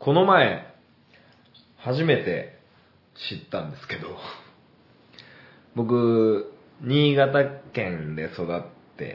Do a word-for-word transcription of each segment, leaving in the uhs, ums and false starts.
この前、初めて知ったんですけど、僕、新潟県で育って、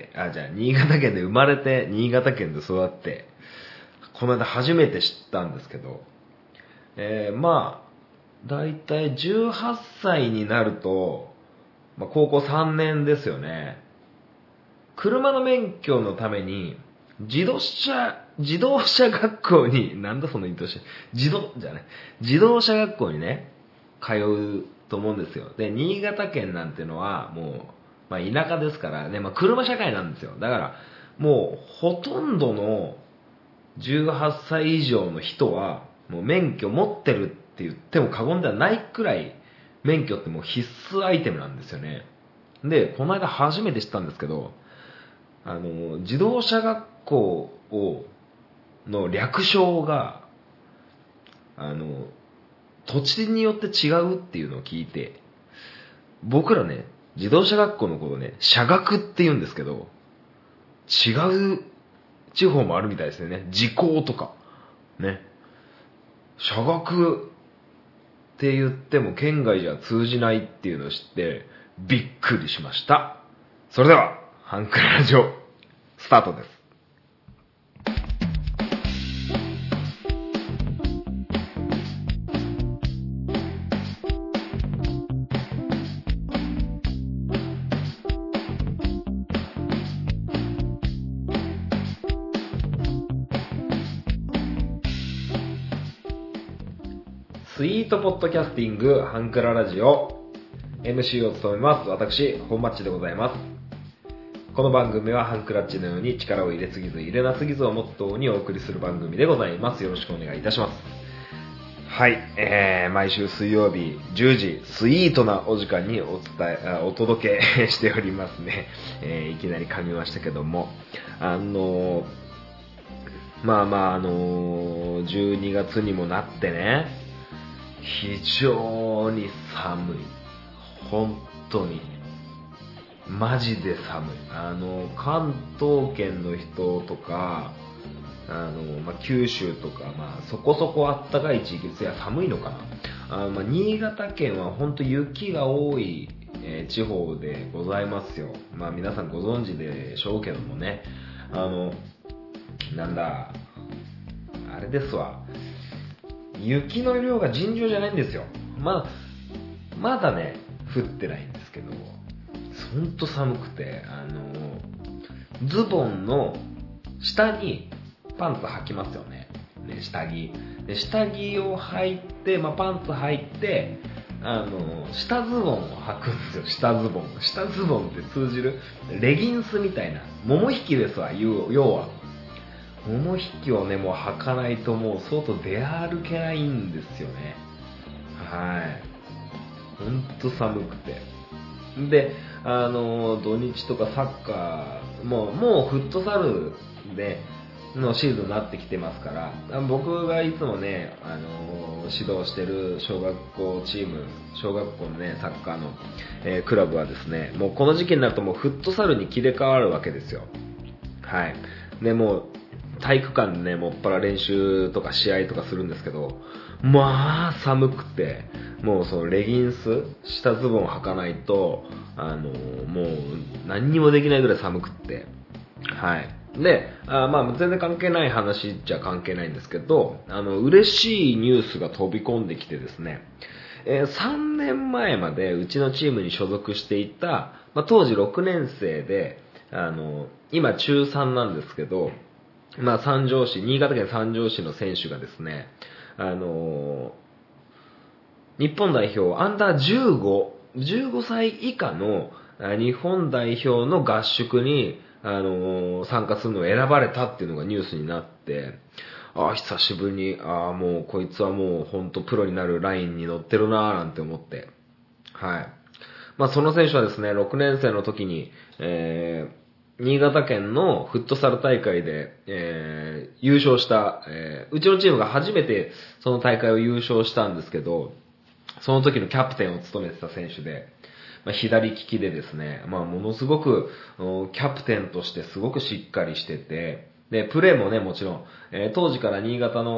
あ、じゃあ、新潟県で生まれて、新潟県で育って、この間初めて知ったんですけど、えー、まあ、だいたいじゅうはっさいになると、まあ、高校さんねんですよね。車の免許のために、自動車、自動車学校に、なんだその言いとし、自動、じゃない、自動車学校にね、通うと思うんですよ。で、新潟県なんてのは、もう、まあ田舎ですからね、まあ車社会なんですよ。だから、もう、ほとんどのじゅうはっさい以上の人は、もう免許持ってるって言っても過言ではないくらい、免許ってもう必須アイテムなんですよね。で、この間初めて知ったんですけど、あの、自動車学校を、の略称が、あの、土地によって違うっていうのを聞いて、僕らね、自動車学校のことね、社学って言うんですけど、違う地方もあるみたいですよね。時工とか。ね。社学って言っても県外じゃ通じないっていうのを知って、びっくりしました。それでは、ハンクラジオ、スタートです。スイートポッドキャスティングハンクララジオ エムシー を務めます私本マッチでございます。この番組はハンクラッチのように力を入れすぎず入れなすぎずをモットーにお送りする番組でございます。よろしくお願いいたします。はい、えー、毎週水曜日じゅうじスイートなお時間にお伝えお届けしておりますね。えー、いきなり噛みましたけども、あのー、まあまああのー、じゅうにがつにもなってね、非常に寒い。本当に。マジで寒い。あの、関東圏の人とか、あの、まあ、九州とか、まあ、そこそこ暖かい地域です。いや、寒いのかな。あの、まあ、新潟県は本当雪が多い、えー、地方でございますよ。まあ、皆さんご存知でしょうけどもね。あの、なんだ、あれですわ。雪の量が尋常じゃないんですよ。まだ、まだね、降ってないんですけど、ほんと寒くて、あの、ズボンの下にパンツ履きますよね。ね、下着。で、下着を履いて、まあ、パンツ履いて、あの、下ズボンを履くんですよ。下ズボン。下ズボンって通じるレギンスみたいな。桃引きですわ、要は。桃引きをね、もう履かないともう外出歩けないんですよね。はい。ほんと寒くて。で、あの、土日とかサッカー、もう、もうフットサルで、のシーズンになってきてますから、僕がいつもね、あの、指導してる小学校チーム、小学校のね、サッカーの、えー、クラブはですね、もうこの時期になるともうフットサルに切り替わるわけですよ。はい。で、もう、体育館でね、もっぱら練習とか試合とかするんですけど、まあ寒くて、もうそのレギンス、下ズボンを履かないと、あの、もう何にもできないぐらい寒くって、はい。で、あまあ全然関係ない話じゃ関係ないんですけど、あの、嬉しいニュースが飛び込んできてですね、えー、さんねんまえまでうちのチームに所属していた、まあ、当時ろくねん生で、あの、今中さんなんですけど、まあ、三条市、新潟県三条市の選手がですね、あのー、日本代表、アンダーじゅうご、じゅうごさい以下の日本代表の合宿に、あのー、参加するのを選ばれたっていうのがニュースになって、ああ、久しぶりに、ああ、もうこいつはもう本当プロになるラインに乗ってるなーなんて思って、はい。まあ、その選手はですね、ろくねん生の時に、えー、新潟県のフットサル大会で、えー、優勝した、えー、うちのチームが初めてその大会を優勝したんですけど、その時のキャプテンを務めてた選手で、まあ、左利きでですね、まあ、ものすごくキャプテンとしてすごくしっかりしてて、で、プレーもね、もちろん、えー、当時から新潟の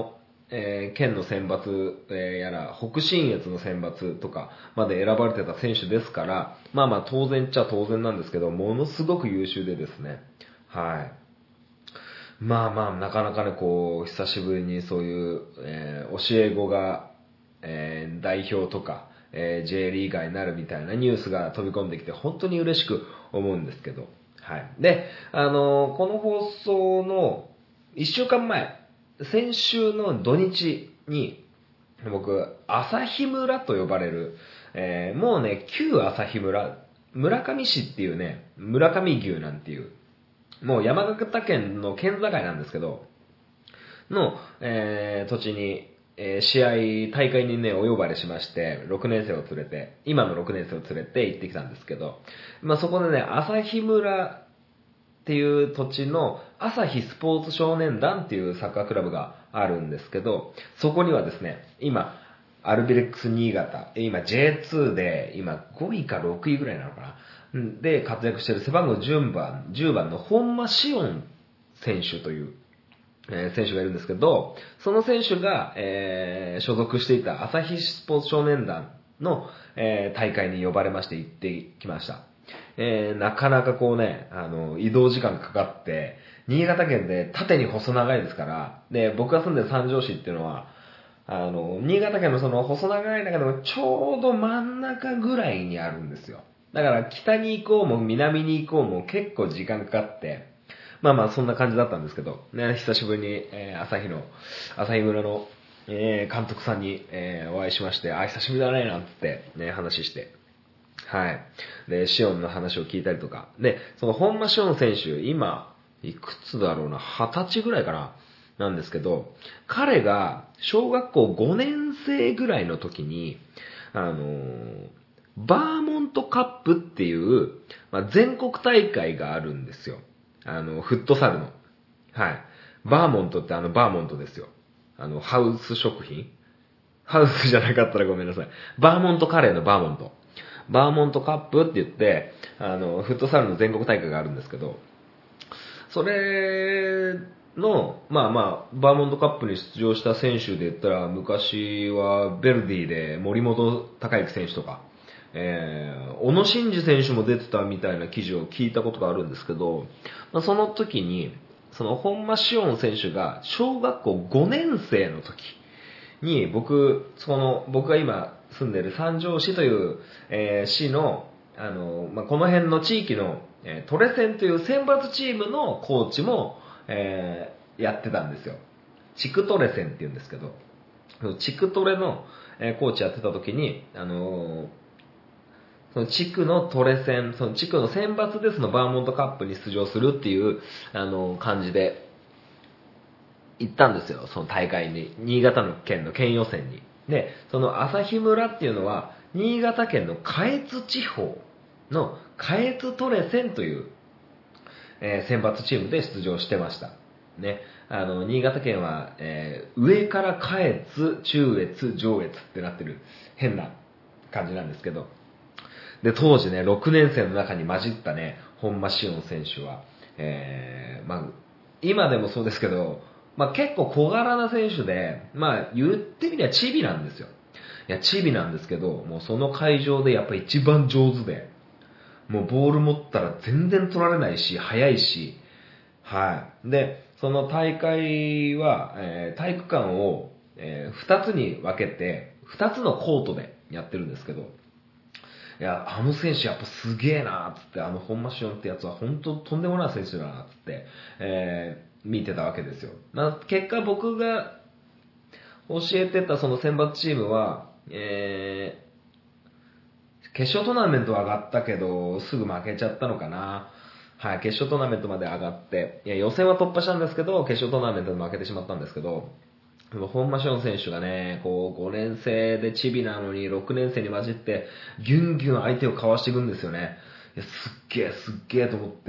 えー、県の選抜、えー、やら、北信越の選抜とかまで選ばれてた選手ですから、まあまあ当然っちゃ当然なんですけど、ものすごく優秀でですね。はい。まあまあ、なかなかね、こう、久しぶりにそういう、えー、教え子が、えー、代表とか、えー、J リーガーになるみたいなニュースが飛び込んできて、本当に嬉しく思うんですけど。はい。で、あのーこの放送のいっしゅうかんまえ、先週の土日に、僕、朝日村と呼ばれる、えー、もうね、旧朝日村、村上市っていうね、村上牛なんていう、もう山形県の県境なんですけど、の、えー、土地に、えー、試合、大会にね、お呼ばれしまして、ろくねん生を連れて、今のろくねん生を連れて行ってきたんですけど、まあそこでね、朝日村っていう土地の朝日スポーツ少年団っていうサッカークラブがあるんですけど、そこにはですね、今、アルビレックス新潟、今 ジェイツー で、今ごいかろくいぐらいなのかな。で、活躍している背番号じゅうばん、じゅうばんの本間紫音選手という、えー選手がいるんですけど、その選手が、えー所属していた朝日スポーツ少年団の、えー大会に呼ばれまして行ってきました。えーなかなかこうね、あの、移動時間かかって、新潟県で縦に細長いですから、で、僕が住んでる三条市っていうのは、あの、新潟県のその細長い中でもちょうど真ん中ぐらいにあるんですよ。だから北に行こうも南に行こうも結構時間かかって、まあまあそんな感じだったんですけど、ね、久しぶりに、えー、朝日の、朝日村の、えー、監督さんに、えー、お会いしまして、あ、久しぶりだね、なんつって、ね、話して。はい。で、シオンの話を聞いたりとか。で、その本間シオン選手、今、いくつだろうな、はたちぐらいかな、なんですけど、彼が小学校ごねん生ぐらいの時に、あのーバーモントカップっていう、まあ、全国大会があるんですよ。あの、フットサルの。はい。バーモントってあのバーモントですよ。あの、ハウス食品ハウスじゃなかったらごめんなさい。バーモントカレーのバーモント。バーモントカップって言って、あの、フットサルの全国大会があるんですけど、それの、まあまあ、バーモントカップに出場した選手で言ったら、昔はベルディで森本孝之選手とか、えー、小野伸二選手も出てたみたいな記事を聞いたことがあるんですけど、まあ、その時に、その本間紫音選手が小学校ごねん生の時に、僕、その、僕が今住んでる三条市という、えー市の、あの、まあ、この辺の地域の、えートレセンという選抜チームのコーチも、えーやってたんですよ。地区トレセンって言うんですけど、その地区トレの、えーコーチやってた時に、あのーその地区のトレセン、その地区の選抜でそのバーモントカップに出場するっていう、あのー感じで、行ったんですよ、その大会に。新潟の県の県予選に。で、その朝日村っていうのは、新潟県の下越地方の下越トレセンという、えー選抜チームで出場してました。ね。あの、新潟県は、えー上から下越、中越、上越ってなってる変な感じなんですけど。で、当時ね、ろくねん生の中に混じったね、本間紫音選手は、えー、まあ、今でもそうですけど、まあ結構小柄な選手で、まあ言ってみりゃチビなんですよ。いや、チビなんですけど、もうその会場でやっぱ一番上手で、もうボール持ったら全然取られないし、速いし、はい。で、その大会は、えー体育館を、えー二つに分けて、二つのコートでやってるんですけど、いや、あの選手やっぱすげえなーっつって、あの本間シオンってやつは本当とんでもない選手だなっつって、えー見てたわけですよ。まあ、結果僕が教えてたその選抜チームは、えー、決勝トーナメントは上がったけど、すぐ負けちゃったのかな。はい、決勝トーナメントまで上がって、いや、予選は突破したんですけど、決勝トーナメントで負けてしまったんですけど、本間翔選手がね、こう、ごねん生でチビなのにろくねん生に混じって、ギュンギュン相手をかわしていくんですよね。いや、すっげえ、すっげえと思って、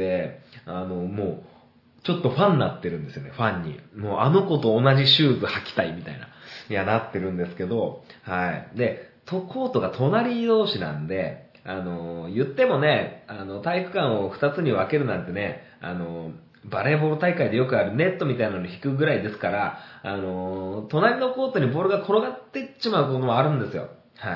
あの、もう、ちょっとファンになってるんですよね、ファンに。もうあの子と同じシューズ履きたいみたいな。いや、なってるんですけど、はい。で、とコートが隣同士なんで、あの、言ってもね、あの、体育館を二つに分けるなんてね、あの、 バレーボール大会でよくあるネットみたいなのに引くぐらいですから、あのー、隣のコートにボールが転がってっちまうこともあるんですよ。はい。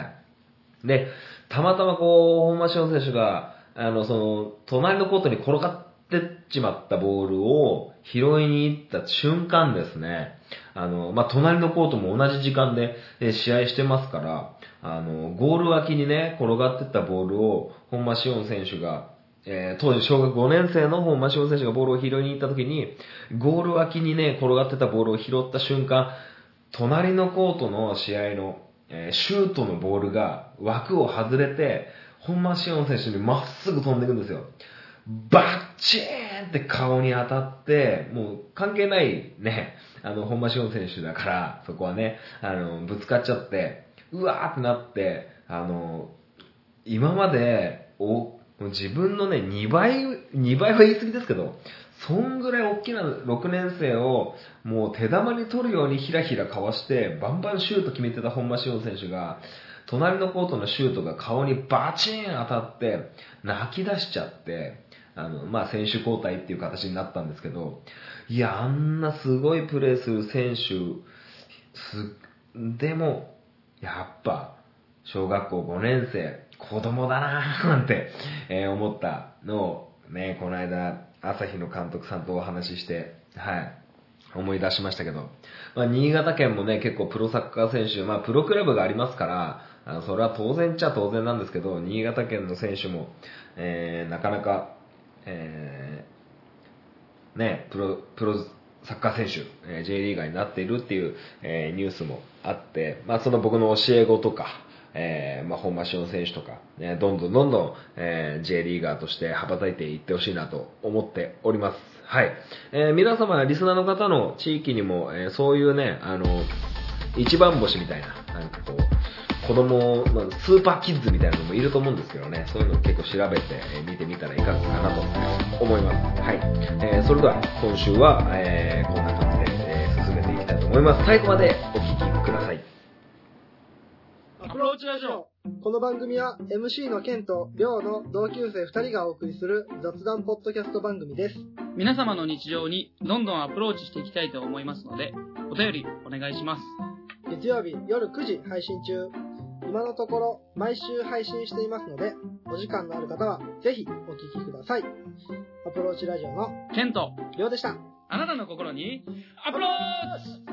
で、たまたまこう、本間翔選手が、あの、その、隣のコートに転がってっちまったボールを拾いに行った瞬間ですね、あの、まあ、隣のコートも同じ時間で試合してますから、あの、ゴール脇にね、転がってったボールを本間翔選手が、えー、当時小学ごねん生の本間翔選手がボールを拾いに行った時に、ゴール脇にね、転がってたボールを拾った瞬間、隣のコートの試合の、えー、シュートのボールが枠を外れて、本間翔選手にまっすぐ飛んでいくんですよ。バッチーンって顔に当たって、もう関係ないね、あの、本間翔選手だから、そこはね、あの、ぶつかっちゃって、うわーってなって、あの、今まで、お、自分のね、にばい、にばいは言い過ぎですけど、そんぐらい大きなろくねん生を、もう手玉に取るようにひらひらかわして、バンバンシュート決めてた本間翔選手が、隣のコートのシュートが顔にバチーン当たって、泣き出しちゃって、あの、まあ、選手交代っていう形になったんですけど、いや、あんなすごいプレーする選手、す、でも、やっぱ、小学校ごねん生、子供だなーなんて、えー、思ったのを、ね、この間、朝日の監督さんとお話しして、はい、思い出しましたけど、まあ、新潟県もね、結構プロサッカー選手、まあ、プロクラブがありますから、あのそれは当然っちゃ当然なんですけど、新潟県の選手も、えー、なかなか、えー、ね、プロ、プロサッカー選手、えー、J リーガーになっているっていう、えー、ニュースもあって、まあその僕の教え子とか、えー、まあ本間翔選手とか、ね、どんどんどんどん、えー、J リーガーとして羽ばたいていってほしいなと思っております。はい。えー、皆様、リスナーの方の地域にも、えー、そういうね、あの、一番星みたいな、なんかこう、子供、まあ、スーパーキッズみたいなのもいると思うんですけどね、そういうのを結構調べて、えー、見てみたらいかがかなと思います。はい。えー、それでは今週は、えー、こんな感じで、えー、進めていきたいと思います。最後までお聞きください。 アプローチラジオ。 この番組は エムシー のケンとリョウの同級生ふたりがお送りする雑談ポッドキャスト番組です。 皆様の日常にどんどんアプローチしていきたいと思いますので、お便りお願いします。 月曜日夜くじ配信中。今のところ毎週配信していますので、お時間のある方はぜひお聞きください。アプローチラジオのケンとリョウでした。 あなたの心にアプローチ。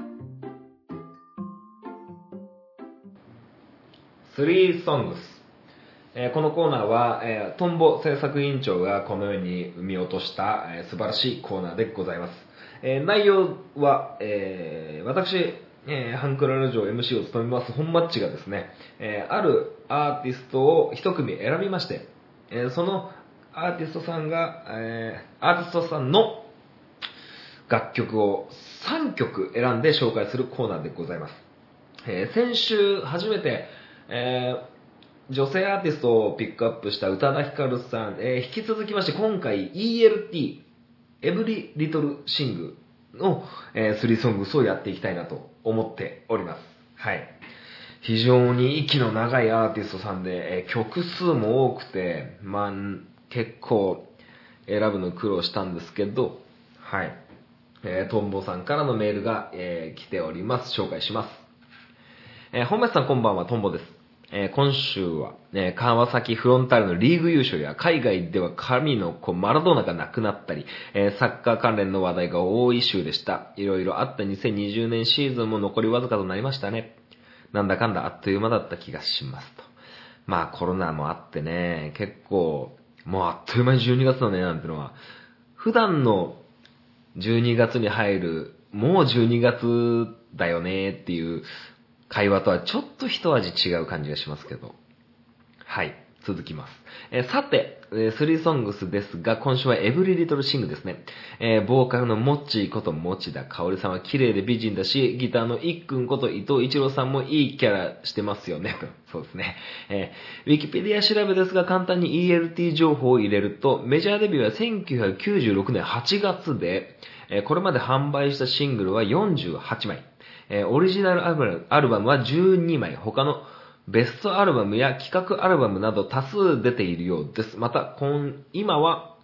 スリーソングス、えー、このコーナーは、えー、トンボ制作委員長がこの世に生み落とした、えー、素晴らしいコーナーでございます。えー、内容は、えー、私、えー、ハンクララジオ エムシー を務めます本マッチがですね、えー、あるアーティストを一組選びまして、えー、そのアーティストさんが、えー、アーティストさんの楽曲をさんきょく選んで紹介するコーナーでございます。えー、先週初めてえー、女性アーティストをピックアップした宇多田ヒカルさん、えー、引き続きまして今回 イーエルティー Every Little Sing の、えー、スリーソングスをやっていきたいなと思っております。はい。非常に息の長いアーティストさんで、えー、曲数も多くて、まあ、結構選ぶの苦労したんですけど、はい。えー、トンボさんからのメールが、えー、来ております。紹介します。えー、本町さんこんばんは、トンボです。えー、今週は、ね、川崎フロンターレのリーグ優勝や海外では神の子マラドーナが亡くなったり、えー、サッカー関連の話題が多い週でした。いろいろあったにせんにじゅうねんシーズンも残りわずかとなりましたね。なんだかんだあっという間だった気がしますと。まあコロナもあってね、結構もうあっという間にじゅうにがつだねなんてのは、普段のじゅうにがつに入るもうじゅうにがつだよねっていう会話とはちょっと一味違う感じがしますけど。はい。続きます。えー、さて、えー、スリーソングスですが、今週はエブリリトルシングですね。えー、ボーカルのモッチーこと持田香織さんは綺麗で美人だし、ギターのいっくんこと伊藤一郎さんもいいキャラしてますよね。そうですね。えー、ウィキペディア調べですが、簡単に イーエルティー 情報を入れると、メジャーデビューはせんきゅうひゃくきゅうじゅうろくねんはちがつで、えー、これまで販売したシングルはよんじゅうはちまい。えー、オリジナルアルバム、アルバムはじゅうにまい、他のベストアルバムや企画アルバムなど多数出ているようです。また、今、今は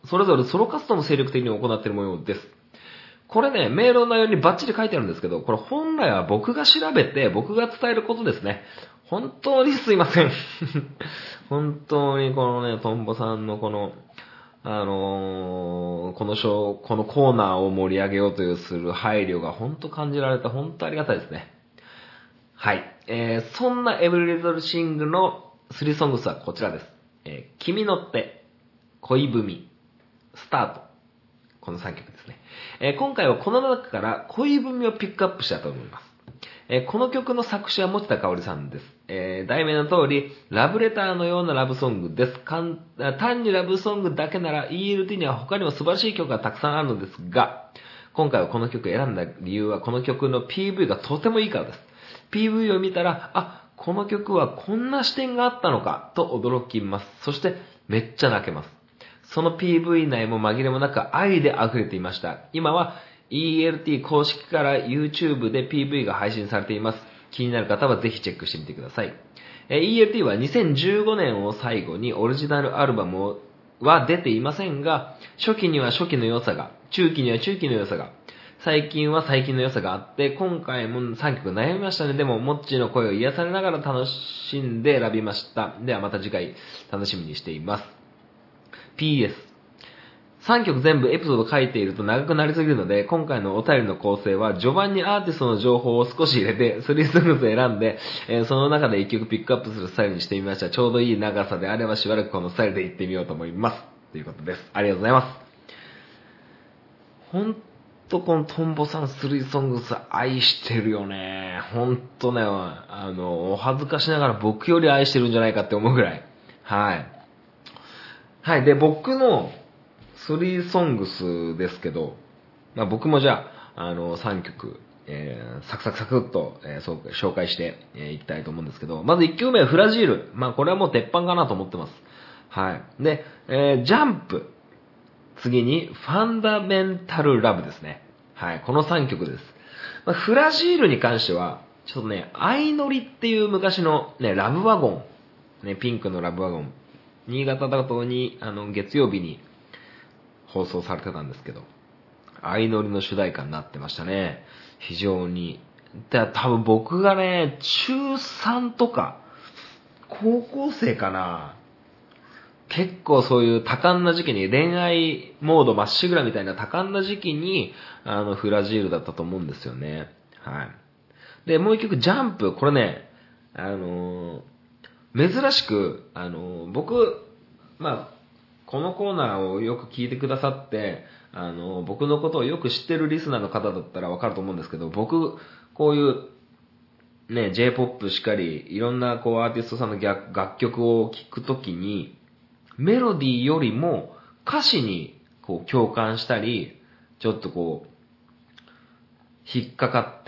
それぞれソロ活動も精力的に行っている模様です。これね、メールの内容にバッチリ書いてあるんですけど、これ本来は僕が調べて、僕が伝えることですね。本当にすいません。本当にこのね、トンボさんのこの、あのー、このショー、このコーナーを盛り上げようというする配慮が本当感じられて、本当ありがたいですね。はい。えー、そんなエブリリトルシングのスリーソングスはこちらです。えー、君の手、恋文、スタート。このさんきょくですね。えー、今回はこの中から恋文をピックアップしたいと思います。えー、この曲の作詞は持田香織さんです。えー、題名の通り、ラブレターのようなラブソングです。かん単にラブソングだけなら イーエルティー には他にも素晴らしい曲がたくさんあるのですが、今回はこの曲を選んだ理由はこの曲の ピーブイ がとてもいいからです。ピーブイ を見たら、あ、この曲はこんな視点があったのかと驚きます。そしてめっちゃ泣けます。その ピーブイ 内も紛れもなく愛で溢れていました。今は イーエルティー 公式から YouTube で ピーブイ が配信されています。気になる方はぜひチェックしてみてください。えー、イーエルティー はにせんじゅうごねんを最後にオリジナルアルバムは出ていませんが、初期には初期の良さが、中期には中期の良さが、最近は最近の良さがあって、今回もさんきょく悩みましたね。でも、モッチーの声を癒されながら楽しんで選びました。ではまた次回楽しみにしています。ピーエスさんきょく全部エピソード書いていると長くなりすぎるので、今回のお便りの構成は序盤にアーティストの情報を少し入れて、スリーソングス選んで、えー、その中でいっきょくピックアップするスタイルにしてみました。ちょうどいい長さであればしばらくこのスタイルでいってみようと思います。ということです。ありがとうございます。ほんとこのトンボさんスリーソングス愛してるよね。ほんとね、あの、お恥ずかしながら僕より愛してるんじゃないかって思うぐらい。はい。はい。で、僕のスリーソングスですけど、まあ、僕もじゃあ、あの、さんきょく、えー、サクサクサクっと、えー、そう紹介してい、えー、きたいと思うんですけど、まずいっきょくめはフラジール。まあ、これはもう鉄板かなと思ってます。はい。で、えー、ジャンプ。次に、ファンダメンタルラブですね。はい。このさんきょくです。まあ、フラジールに関しては、ちょっとね、相乗りっていう昔のね、ラブワゴン。ね、ピンクのラブワゴン。新潟だとに、あの、月曜日に、放送されてたんですけど、相乗りの主題歌になってましたね。非常に。で、多分僕がね、中さんとか、高校生かな。結構そういう多感な時期に、恋愛モードまっしぐらみたいな多感な時期に、あの、フラジールだったと思うんですよね。はい。で、もう一曲、ジャンプ。これね、あのー、珍しく、あのー、僕、まあ、このコーナーをよく聞いてくださって、あの、僕のことをよく知ってるリスナーの方だったらわかると思うんですけど、僕、こういう、ね、J-ポップ しかり、いろんなこうアーティストさんの楽曲を聴くときに、メロディーよりも歌詞にこう共感したり、ちょっとこう、引っかかって、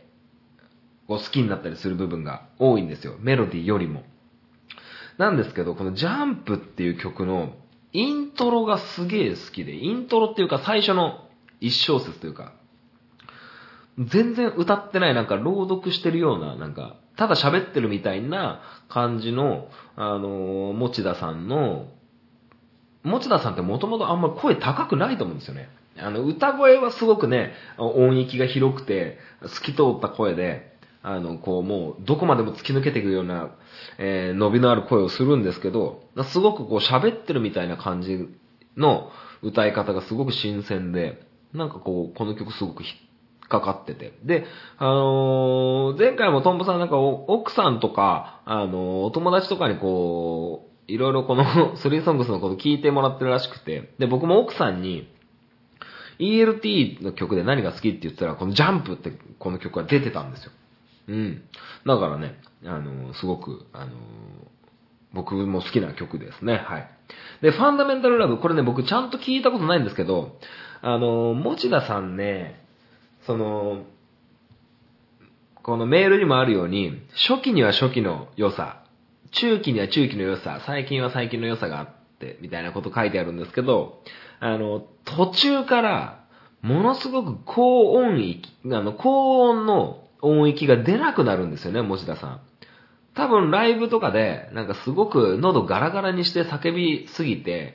こう好きになったりする部分が多いんですよ。メロディーよりも。なんですけど、このジャンプっていう曲のイントロがすげえ好きで、イントロっていうか最初の一小節というか、全然歌ってないなんか朗読してるような、なんか、ただ喋ってるみたいな感じの、あのー、持田さんの、持田さんってもともとあんま声高くないと思うんですよね。あの、歌声はすごくね、音域が広くて、透き通った声で、あの、こう、もう、どこまでも突き抜けていくような、えー、伸びのある声をするんですけど、すごくこう、喋ってるみたいな感じの歌い方がすごく新鮮で、なんかこう、この曲すごく引っかかってて。で、あのー、前回もトンボさんなんか奥さんとか、あのー、お友達とかにこう、いろいろこのスリーソングスのこと聞いてもらってるらしくて、で、僕も奥さんに、イーエルティー の曲で何が好きって言ったら、このジャンプってこの曲が出てたんですよ。うん。だからね、あのー、すごく、あのー、僕も好きな曲ですね。はい。で、ファンダメンタルラブ、これね、僕ちゃんと聞いたことないんですけど、あのー、持田さんね、その、このメールにもあるように、初期には初期の良さ、中期には中期の良さ、最近は最近の良さがあって、みたいなこと書いてあるんですけど、あの、途中から、ものすごく高音域、あの、高音の音域が出なくなるんですよね、持田さん。多分ライブとかで、なんかすごく喉ガラガラにして叫びすぎて、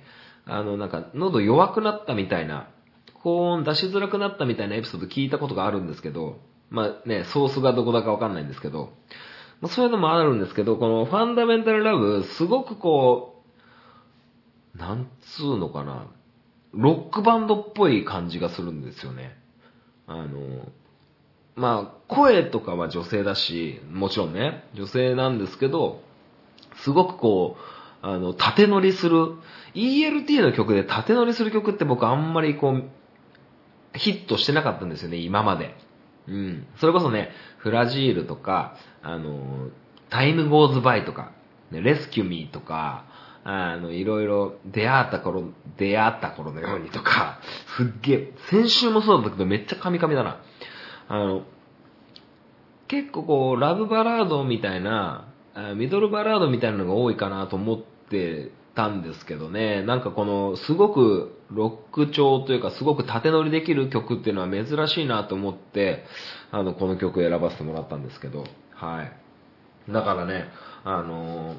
あの、なんか、喉弱くなったみたいな、高音出しづらくなったみたいなエピソード聞いたことがあるんですけど、まあね、ソースがどこだかわかんないんですけど、まあ、そういうのもあるんですけど、このファンダメンタルラブ、すごくこう、なんつうのかな、ロックバンドっぽい感じがするんですよね。あの、まあ、声とかは女性だし、もちろんね、女性なんですけど、すごくこう、あの、縦乗りする、イーエルティー の曲で縦乗りする曲って僕あんまりこう、ヒットしてなかったんですよね、今まで。うん。それこそね、フラジールとか、あの、タイムゴーズバイとか、ね、レスキューミーとか、あの、いろいろ出会った頃、出会った頃のようにとか、すっげえ、先週もそうだったけどめっちゃカミカミだな。あの、結構こう、ラブバラードみたいな、ミドルバラードみたいなのが多いかなと思ってたんですけどね、なんかこの、すごくロック調というか、すごく縦乗りできる曲っていうのは珍しいなと思って、あの、この曲を選ばせてもらったんですけど、はい。だからね、あのー、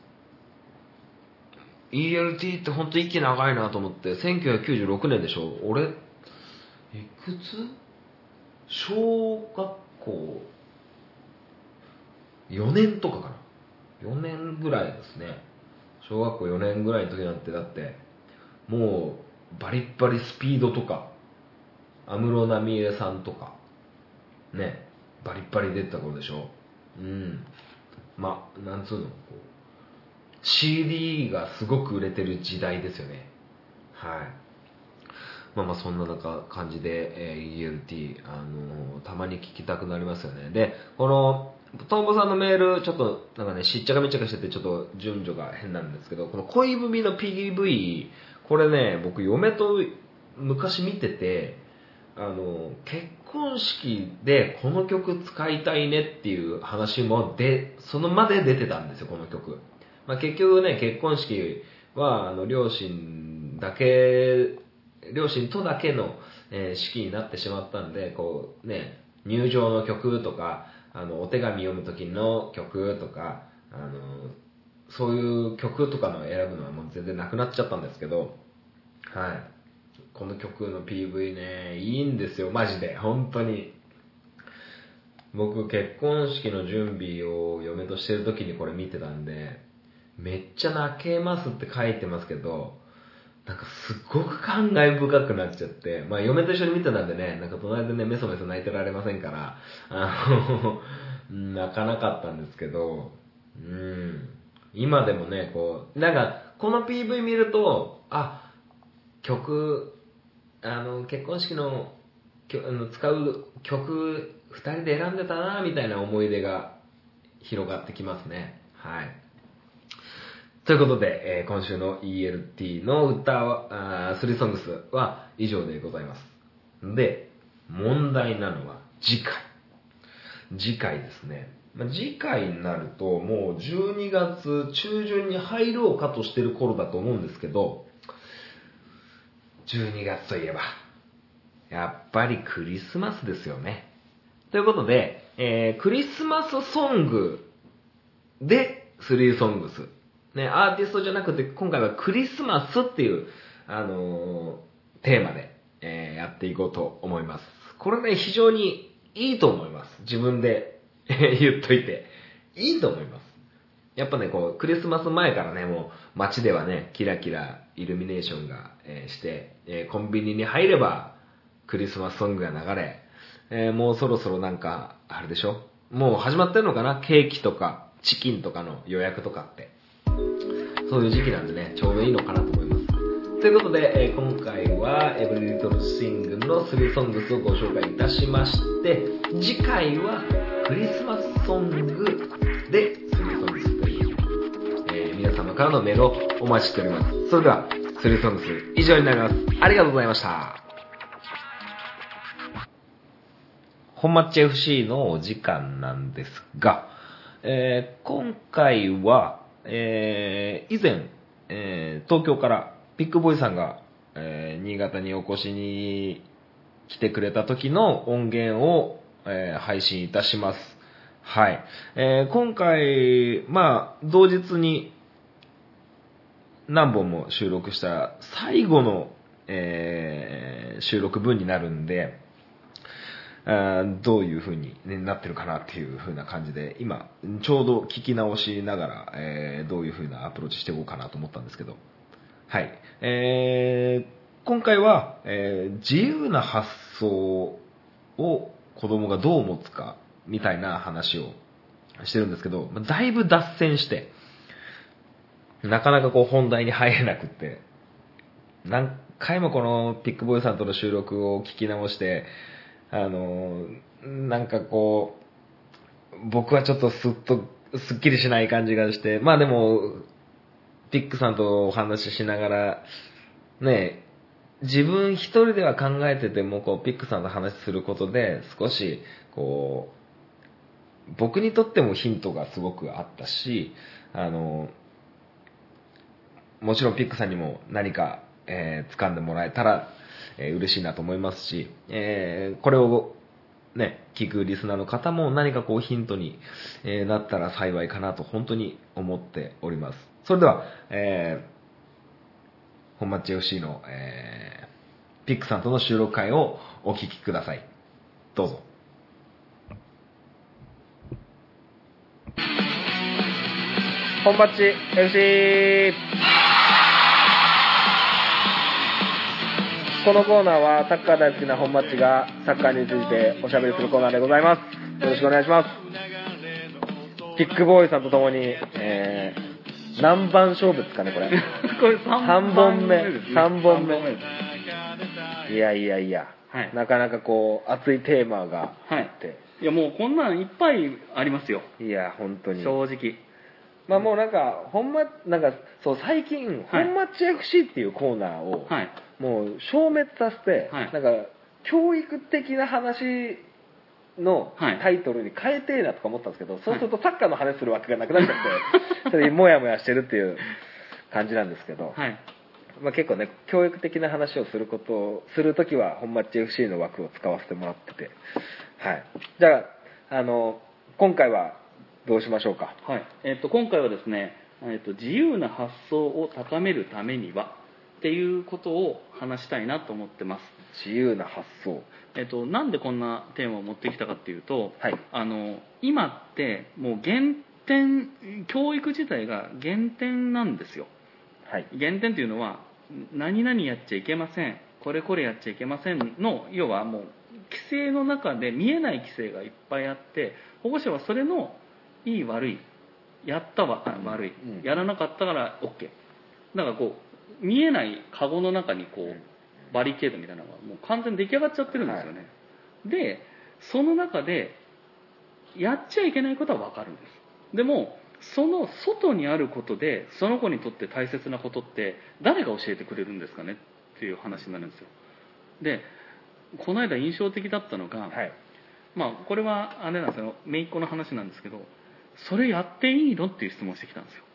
イーエルティー ってほんと息長いなと思って、せんきゅうひゃくきゅうじゅうろくねんでしょ？俺、いくつ？小学校よねんとかかな。よねんぐらいですね。小学校よねんぐらいの時なんて、だって、もう、バリッバリスピードとか、安室奈美恵さんとか、ね、バリッバリ出てた頃でしょ。うん。ま、なんつうの、こう、シーディー がすごく売れてる時代ですよね。はい。まあまあそんな中感じで、えー、イーエルティー、あのー、たまに聞きたくなりますよね。で、この、トンボさんのメール、ちょっと、なんかね、しっちゃかめっちゃかしてて、ちょっと順序が変なんですけど、この恋文の ピーブイ、これね、僕、嫁と昔見てて、あの、結婚式でこの曲使いたいねっていう話もで、そのまで出てたんですよ、この曲。まあ、結局ね、結婚式は、あの、両親だけ、両親とだけの、えー式になってしまったんで、こうね、入場の曲とか、あの、お手紙読む時の曲とか、あの、そういう曲とかの選ぶのはもう全然なくなっちゃったんですけど、はい。この曲の ピーブイ ね、いいんですよ、マジで。本当に。僕、結婚式の準備を嫁としてる時にこれ見てたんで、めっちゃ泣けますって書いてますけど、なんかすっごく感慨深くなっちゃって、まあ嫁と一緒に見てたんでね、なんか隣でね、メソメソ泣いてられませんから、あの、泣かなかったんですけど、うん。今でもね、こう、なんか、この ピーブイ 見ると、あ、曲、あの、結婚式の、きょあの使う曲、二人で選んでたな、みたいな思い出が広がってきますね。はい。ということで、えー今週の イーエルティー の歌は、スリーソングスは以上でございます。で、問題なのは次回。次回ですね。まあ、次回になるともうじゅうにがつ中旬に入ろうかとしてる頃だと思うんですけど、じゅうにがつといえば、やっぱりクリスマスですよね。ということで、えークリスマスソングでスリーソングス。ね、アーティストじゃなくて、今回はクリスマスっていう、あのーテーマで、えーやっていこうと思います。これね、非常にいいと思います。自分で言っといて。いいと思います。やっぱね、こう、クリスマス前からね、もう街ではね、キラキライルミネーションが、えーして、えーコンビニに入れば、クリスマスソングが流れ、えーもうそろそろなんか、あれでしょ？もう始まってるのかな？ケーキとか、チキンとかの予約とかって。そういう時期なんでね、ちょうどいいのかなと思います。ということで、えー今回は Every Little Thing のスリーソングスをご紹介いたしまして、次回はクリスマスソングでスリーソングスという、えー皆様からのメールをお待ちしております。それでは、スリーソングス以上になります。ありがとうございました。本マッチ エフシー のお時間なんですが、えー今回は、えー以前、えー東京からピックボーイさんが、えー新潟にお越しに来てくれた時の音源を、えー配信いたします。はい。えー今回、まあ、同日に、 何本も収録した最後の、えー、収録分になるんで、あどういう風に、ね、なってるかなっていう風な感じで、今、ちょうど聞き直しながら、えー、どういう風なアプローチしていこうかなと思ったんですけど、はい。えー、今回は、えー、自由な発想を子供がどう持つか、みたいな話をしてるんですけど、だいぶ脱線して、なかなかこう本題に入れなくって、何回もこのピックボーイさんとの収録を聞き直して、あの、なんかこう、僕はちょっとすっと、すっきりしない感じがして、まあでも、ピックさんとお話ししながら、ね、自分一人では考えてても、こう、ピックさんと話することで、少し、こう、僕にとってもヒントがすごくあったし、あの、もちろんピックさんにも何か、えー、掴んでもらえたら、えー、嬉しいなと思いますし、えー、これをね、聞くリスナーの方も何かこうヒントに、えー、なったら幸いかなと本当に思っております。それでは、えー、本マッチ エフシー の、えー、ピックさんとの収録会をお聞きください。どうぞ。本マッチ エフシー、このコーナーはサッカー大好きな本マッチがサッカーについておしゃべりするコーナーでございます。よろしくお願いします。ピックボーイさんとともに、えー、何番勝負ですかねこれ。 これさんぼんめですね。 さんぼんめ。 さんぼんめです。 いやいやいや、はい、なかなかこう熱いテーマがあって、はい、 いやもうこんなんいっぱいありますよ。 いや本当に正直。 まあもうなんか本マなんかそう最近、はい、本マッチ エフシー っていうコーナーを、はい、もう消滅させて、はい、なんか教育的な話のタイトルに変えてえなとか思ったんですけど、はい、そうするとサッカーの話するわけがなくなっちゃって、それでモヤモヤしてるっていう感じなんですけど、はい、まあ、結構ね教育的な話をすることをするときは本マッチ エフシー の枠を使わせてもらってて、はい、じゃあ、あの今回はどうしましょうか。 はい、えー、と今回はですね、えー、と自由な発想を高めるためにはっていうことを話したいなと思ってます。 自由な発想、 えー、となんでこんなテーマを持ってきたかっていうと、はい、あの今ってもう減点、教育自体が減点なんですよ。はい、減点というのは何々やっちゃいけません、これこれやっちゃいけませんの、要はもう規制の中で見えない規制がいっぱいあって、保護者はそれのいい悪い、やったは悪い、うん、やらなかったから OK、 だからこう見えないカゴの中にこうバリケードみたいなのがもう完全に出来上がっちゃってるんですよね、はい、でその中でやっちゃいけないことは分かるんです。でもその外にあることでその子にとって大切なことって誰が教えてくれるんですかねっていう話になるんですよ。でこの間印象的だったのが、はい、まあこれはあれなんですよ、姪っ子の話なんですけど、それやっていいのっていう質問してきたんですよ。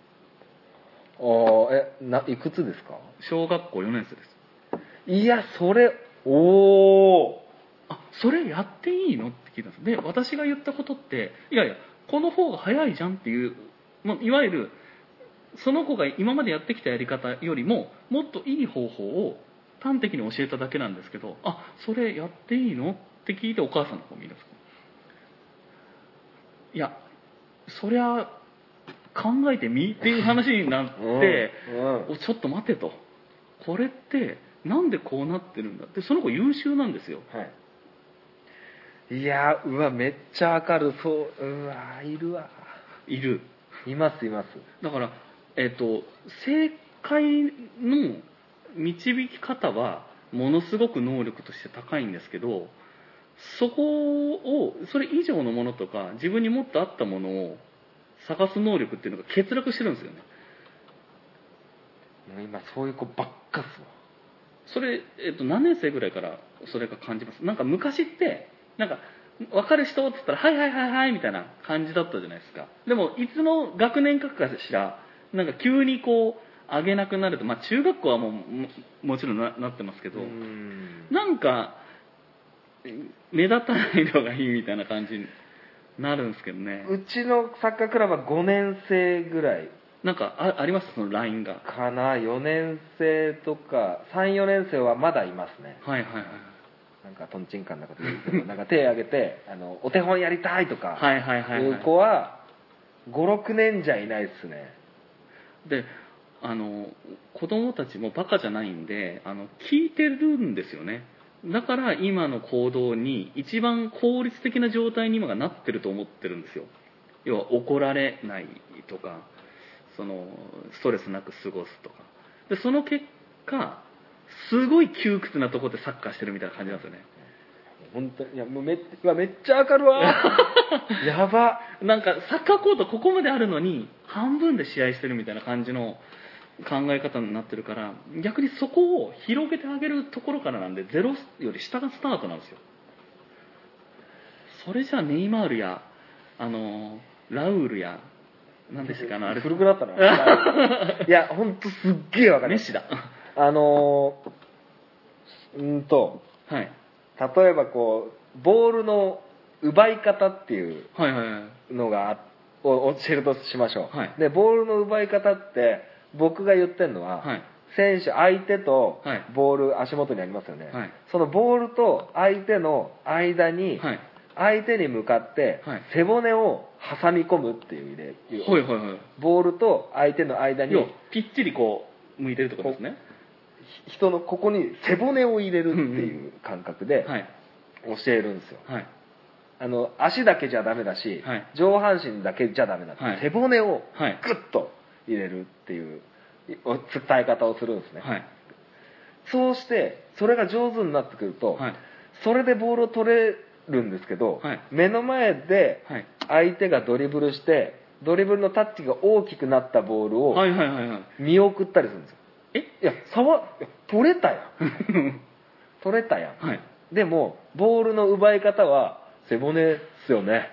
ああ、えないくつですか。 小学校よねん生です。 いやそれおお、 あそれやっていいのって聞いたんです。で私が言ったことって、いやいやこの方が早いじゃんっていう、いわゆるその子が今までやってきたやり方よりももっといい方法を端的に教えただけなんですけど、あそれやっていいのって聞いてお母さんの方を見るんです。いやそりゃ考えてみっていう話になって、うんうん、ちょっと待てと、これってなんでこうなってるんだって。その子優秀なんですよ、はい、 いやうわめっちゃわかる。そううわいるわいるいますいます。 だから、えーと、正解の導き方はものすごく能力として高いんですけど、そこをそれ以上のものとか自分にもっと合ったものを探す能力っていうのが欠落してるんですよね。 今そういう子ばっかっすわ。 それ、えっと、何年生ぐらいからそれが感じます。なんか昔ってなんか分かる人って言ったらはいはいはいはいみたいな感じだったじゃないですか。でもいつの学年かかしらなんか急にこう上げなくなると、まあ中学校はもう も, もちろん な, なってますけど、んなんか目立たないのがいいみたいな感じになるんですけどね。 うちのサッカークラブはごねん生ぐらいなんか あ, ありますそのラインが。 かな、よねん生とかさん、よねん生はまだいますね。 はいはいはい。 なんかトンチンカンなこと言うけどなんか手挙げてあのお手本やりたいとかはいはいはい、はい、 いう子はご、ろくねんじゃいないですね。 であの子供たちもバカじゃないんであの聞いてるんですよね。だから今の行動に一番効率的な状態に今がなってると思ってるんですよ。要は怒られないとかそのストレスなく過ごすとかで、その結果すごい窮屈なところでサッカーしてるみたいな感じなんですよね。 本当にいやもう め, っめっちゃわかるわやば。 なんかサッカーコートここまであるのに半分で試合してるみたいな感じの考え方になってるから、逆にそこを広げてあげるところからなんでゼロより下がスタートなんですよ。それじゃあネイマールやあのラウールや何でしたかな、あれ古くなったないや本当すっげえわかる。 メッシだあのー、うんと、 はい、 例えばこうボールの奪い方っていうのがを教えるとしましょう、 はい、 でボールの奪い方って僕が言ってるのは、はい、選手相手とボール足元にありますよね、はい、そのボールと相手の間に、はい、相手に向かって背骨を挟み込むっていう入れ、 はいはいはい、 ボールと相手の間にぴっちりこう向いてるところですね。 人のここに背骨を入れるっていう感覚で教えるんですよ、はい、あの足だけじゃダメだし、はい、上半身だけじゃダメだ、はい、背骨をグッと入れるっていう伝え方をするんですね、はい、そうしてそれが上手になってくると、はい、それでボールを取れるんですけど、はい、目の前で相手がドリブルしてドリブルのタッチが大きくなったボールを見送ったりするんですよ。えいや触取れたやん取れたやん、はい、でもボールの奪い方は背骨っすよね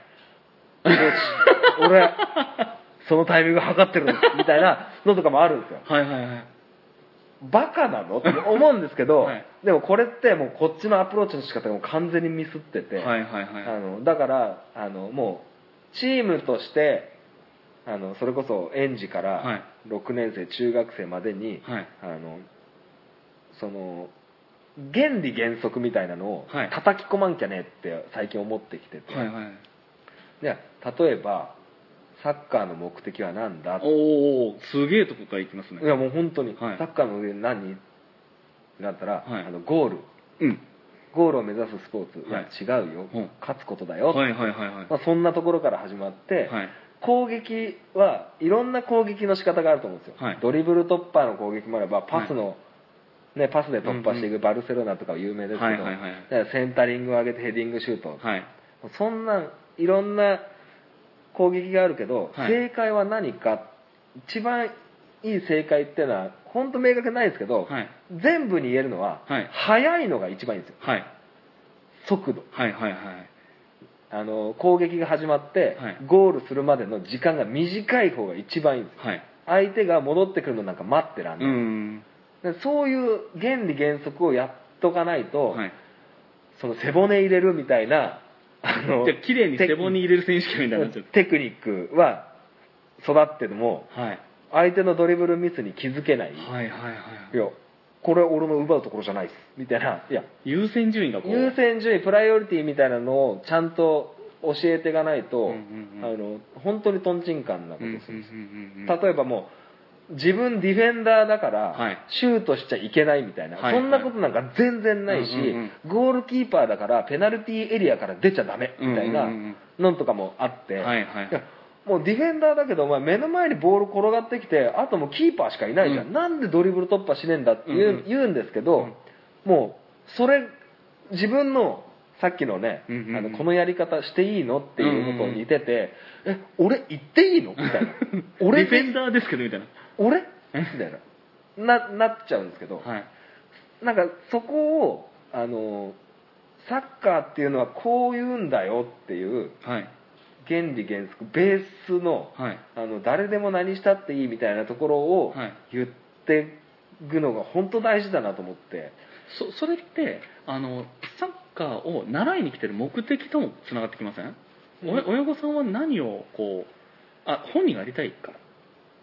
俺そのタイミング測ってるみたいなのとかもあるんですよ。 はいはいはい。 バカなのって思うんですけど、はい、でもこれってもうこっちのアプローチの仕方がもう完全にミスってて、はいはいはい、あのだからあのもうチームとしてあのそれこそ園児からろくねん生中学生までに、はい、あのその原理原則みたいなのを叩き込まんきゃねって最近思ってきてて、はいはい、で例えばサッカーの目的は何だ、 おおすげえとこから行きますね。 いやもう本当に、はい、サッカーの上何ってなったら、はい、あのゴール、うん、ゴールを目指すスポーツ、はい、いや違うよ、うん、勝つことだよ、はいはいはいはい、まあ、そんなところから始まって、はい、攻撃はいろんな攻撃の仕方があると思うんですよ、はい、ドリブル突破の攻撃もあればパスの、はいね、パスで突破していくバルセロナとかは有名ですけど、はいはいはい、だからセンタリングを上げてヘディングシュート、はい、そんないろんな攻撃があるけど、はい、正解は何か、一番いい正解っていうのは本当明確ないですけど、はい、全部に言えるのは、はい、速いのが一番いいんですよ、はい、速度、はいはいはい、あの攻撃が始まって、はい、ゴールするまでの時間が短い方が一番いいんですよ、はい、相手が戻ってくるのなんか待ってらんない、うんでそういう原理原則をやっとかないと、はい、その背骨入れるみたいなあのじゃあ綺麗に背骨入れる選手権みたいなテクニックは育ってても、はい、相手のドリブルミスに気づけない、はいはいはい、いやこれ俺の奪うところじゃないですみたいな、いや優先順位がこう優先順位プライオリティみたいなのをちゃんと教えていかないと、うんうんうん、あの本当にトンチンカンなことするんです、うんうんうんうん、例えばもう自分ディフェンダーだからシュートしちゃいけないみたいな、はい、そんなことなんか全然ないし、はいはい、ゴールキーパーだからペナルティーエリアから出ちゃダメみたいなのとかもあって、はいはい、いやもうディフェンダーだけどお前目の前にボール転がってきてあともうキーパーしかいないじゃん、うん、なんでドリブル突破しねえんだって言う、うんうん、言うんですけど、うん、もうそれ自分のさっきのね、うんうんうん、あのこのやり方していいのっていうのと似てて、うんうん、え俺言っていいのみたいな俺ディフェンダーですけどみたいな俺みたいなななっちゃうんですけど、はい、なんかそこをあのサッカーっていうのはこういうんだよっていう、はい、原理原則ベースの、はい、あの誰でも何したっていいみたいなところを言っていくのが本当大事だなと思って、 そ, それってあのサッカーを習いに来てる目的ともつながってきません？うん、親御さんは何をこうあ本人がやりたいから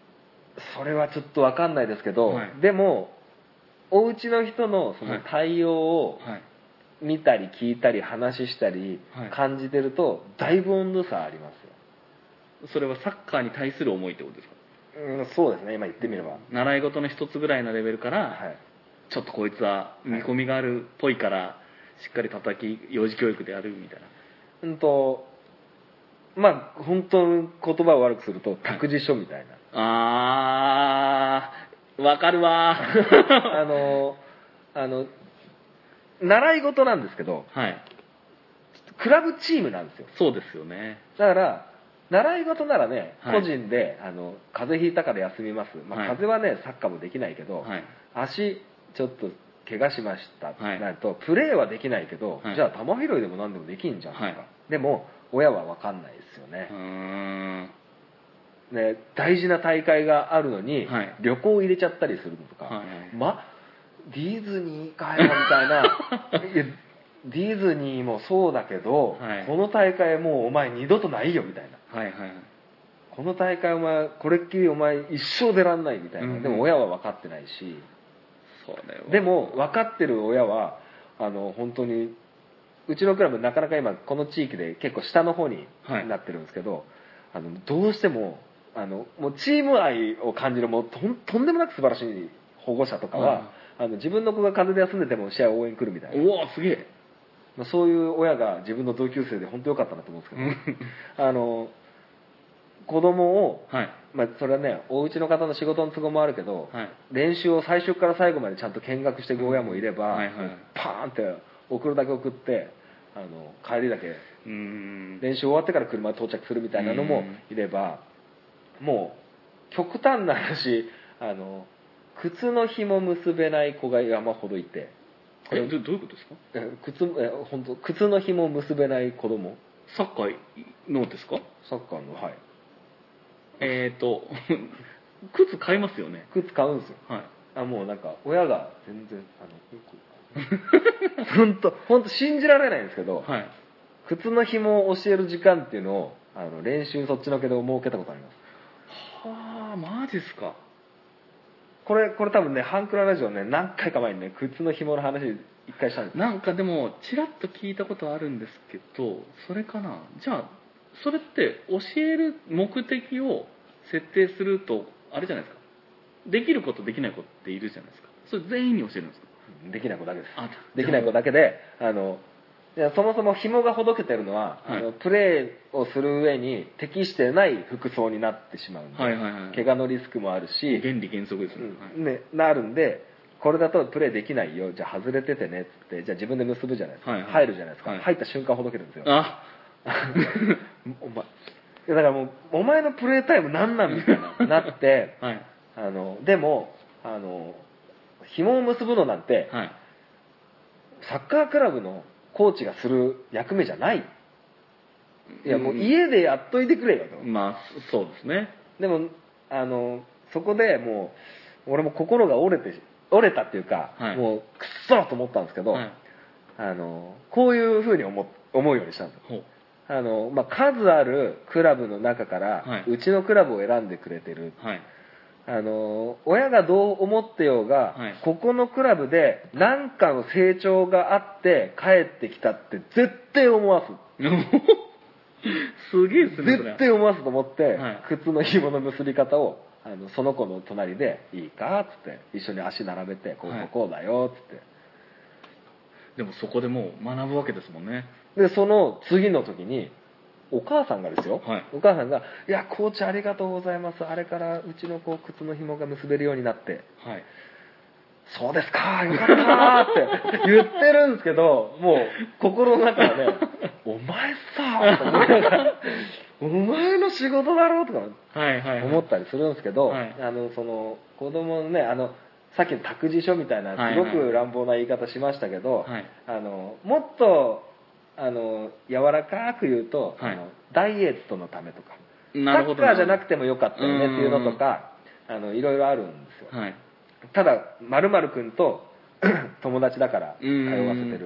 それはちょっと分かんないですけど、 はい、 でもお家の人のその対応を見たり聞いたり話したり感じてるとだいぶ温度差ありますよ。 それはサッカーに対する思いってことですか？ うん、そうですね、今言ってみれば習い事の一つぐらいのレベルから、はい、ちょっとこいつは見込みがあるっぽいからしっかり叩き幼児教育でやるみたいな。 うんとまあ本当に言葉を悪くすると託児所みたいな、 はい、あーわかるわあのあの習い事なんですけど、はい、クラブチームなんですよ。 そうですよね。 だから習い事ならね、はい、個人であの風邪ひいたから休みます、まあ、風邪はねサッカーもできないけど、はい、足ちょっと怪我しましたってなると、はい、プレーはできないけど、はい、じゃあ球拾いでも何でもできんじゃんとか、はい、でも親は分かんないですよね。うーんね、大事な大会があるのに、はい、旅行を入れちゃったりするのとか、はい、まディズニーかよみたいないやディズニーもそうだけど、はい、この大会もうお前二度とないよみたいな、はいはい、この大会お前これっきりお前一生出らんないみたいな、うん、でも親は分かってないし、そうだよ。でも分かってる親はあの本当にうちのクラブなかなか今この地域で結構下の方になってるんですけど、はい、あのどうしてもあのもうチーム愛を感じるもう と, とんでもなく素晴らしい保護者とかは、うん、あの自分の子が風邪で休んでても試合応援来るみたいな。 うわすげえ。 まあ、そういう親が自分の同級生で本当良かったなと思うんですけどあの子供を、はい、まあ、それはねお家の方の仕事の都合もあるけど、はい、練習を最初から最後までちゃんと見学していく親もいれば、はいはい、パーンって送るだけ送ってあの帰りだけ練習終わってから車で到着するみたいなのもいれば、もう極端な話あの靴の紐結べない子が山ほどいて。 えど, どういうことですか？ 靴え本当靴の紐を結べない子供。 サッカーのですか？ サッカーの、はい。 えっ、ー、と靴買いますよね。 靴買うんですよ。はい。あもうなんか親が全然あの本当本当信じられないんですけど、はい、靴の紐を教える時間っていうのをあの練習そっちのけで設けたことあります。 はあマジっすか。 これこれ多分ねハンクララジオね何回か前にね靴の紐の話一回したんです。 なんかでもちらっと聞いたことあるんですけど、それかな。じゃあそれって教える目的を設定するとあれじゃないですか。できる子とできない子っているじゃないですか。それ全員に教えるんですか？ できない子だけです。あできない子だけであのいやそもそも紐がほどけてるのは、はい、あのプレーをする上に適してない服装になってしまうんで、はいはいはい、怪我のリスクもあるし原理原則ですね、 うんね、なるんでこれだとプレーできないよじゃあ外れててねっつってじゃあ自分で結ぶじゃないですか、はいはい、入るじゃないですか、はい、入った瞬間ほどけるんですよ。あお前だからもうお前のプレータイムなんなんみたいななって、はい、あのでもあの紐を結ぶのなんて、はい、サッカークラブのコーチがする役目じゃない。いやもう家でやっといてくれよと。 まあそうですね。 でもあのそこでもう俺も心が折れて折れたっていうか、はい、もうくっそと思ったんですけど、はい、あのこういうふうに思思うようにしたんですよ。あの、まあ、数あるクラブの中から、はい、うちのクラブを選んでくれてる。はい、あの親がどう思ってようが、はい、ここのクラブで何かの成長があって帰ってきたって絶対思わすすげえですね。 絶対思わすと思って、はい、靴の紐の結び方をあのその子の隣でいいかっつって一緒に足並べてこうこうこうだよっつって、はい、 でもそこでもう学ぶわけですもんね。 でその次の時にお母さんがですよ、はい、お母さんが「いやコーチありがとうございます、あれからうちの子靴の紐が結べるようになって、はい、そうですかよかった」って言ってるんですけどもう心の中はね「お前さ」と思いながら「お前の仕事だろ」とか思ったりするんですけど、はいはいはい、あのその子供のねあのさっきの託児所みたいなすごく乱暴な言い方しましたけど、はいはい、あのもっとあの柔らかく言うと、はい、あのダイエットのためとかサッカーじゃなくてもよかったよねっていうのとかあのいろいろあるんですよ、はい、ただ〇〇君と友達だから通わせてると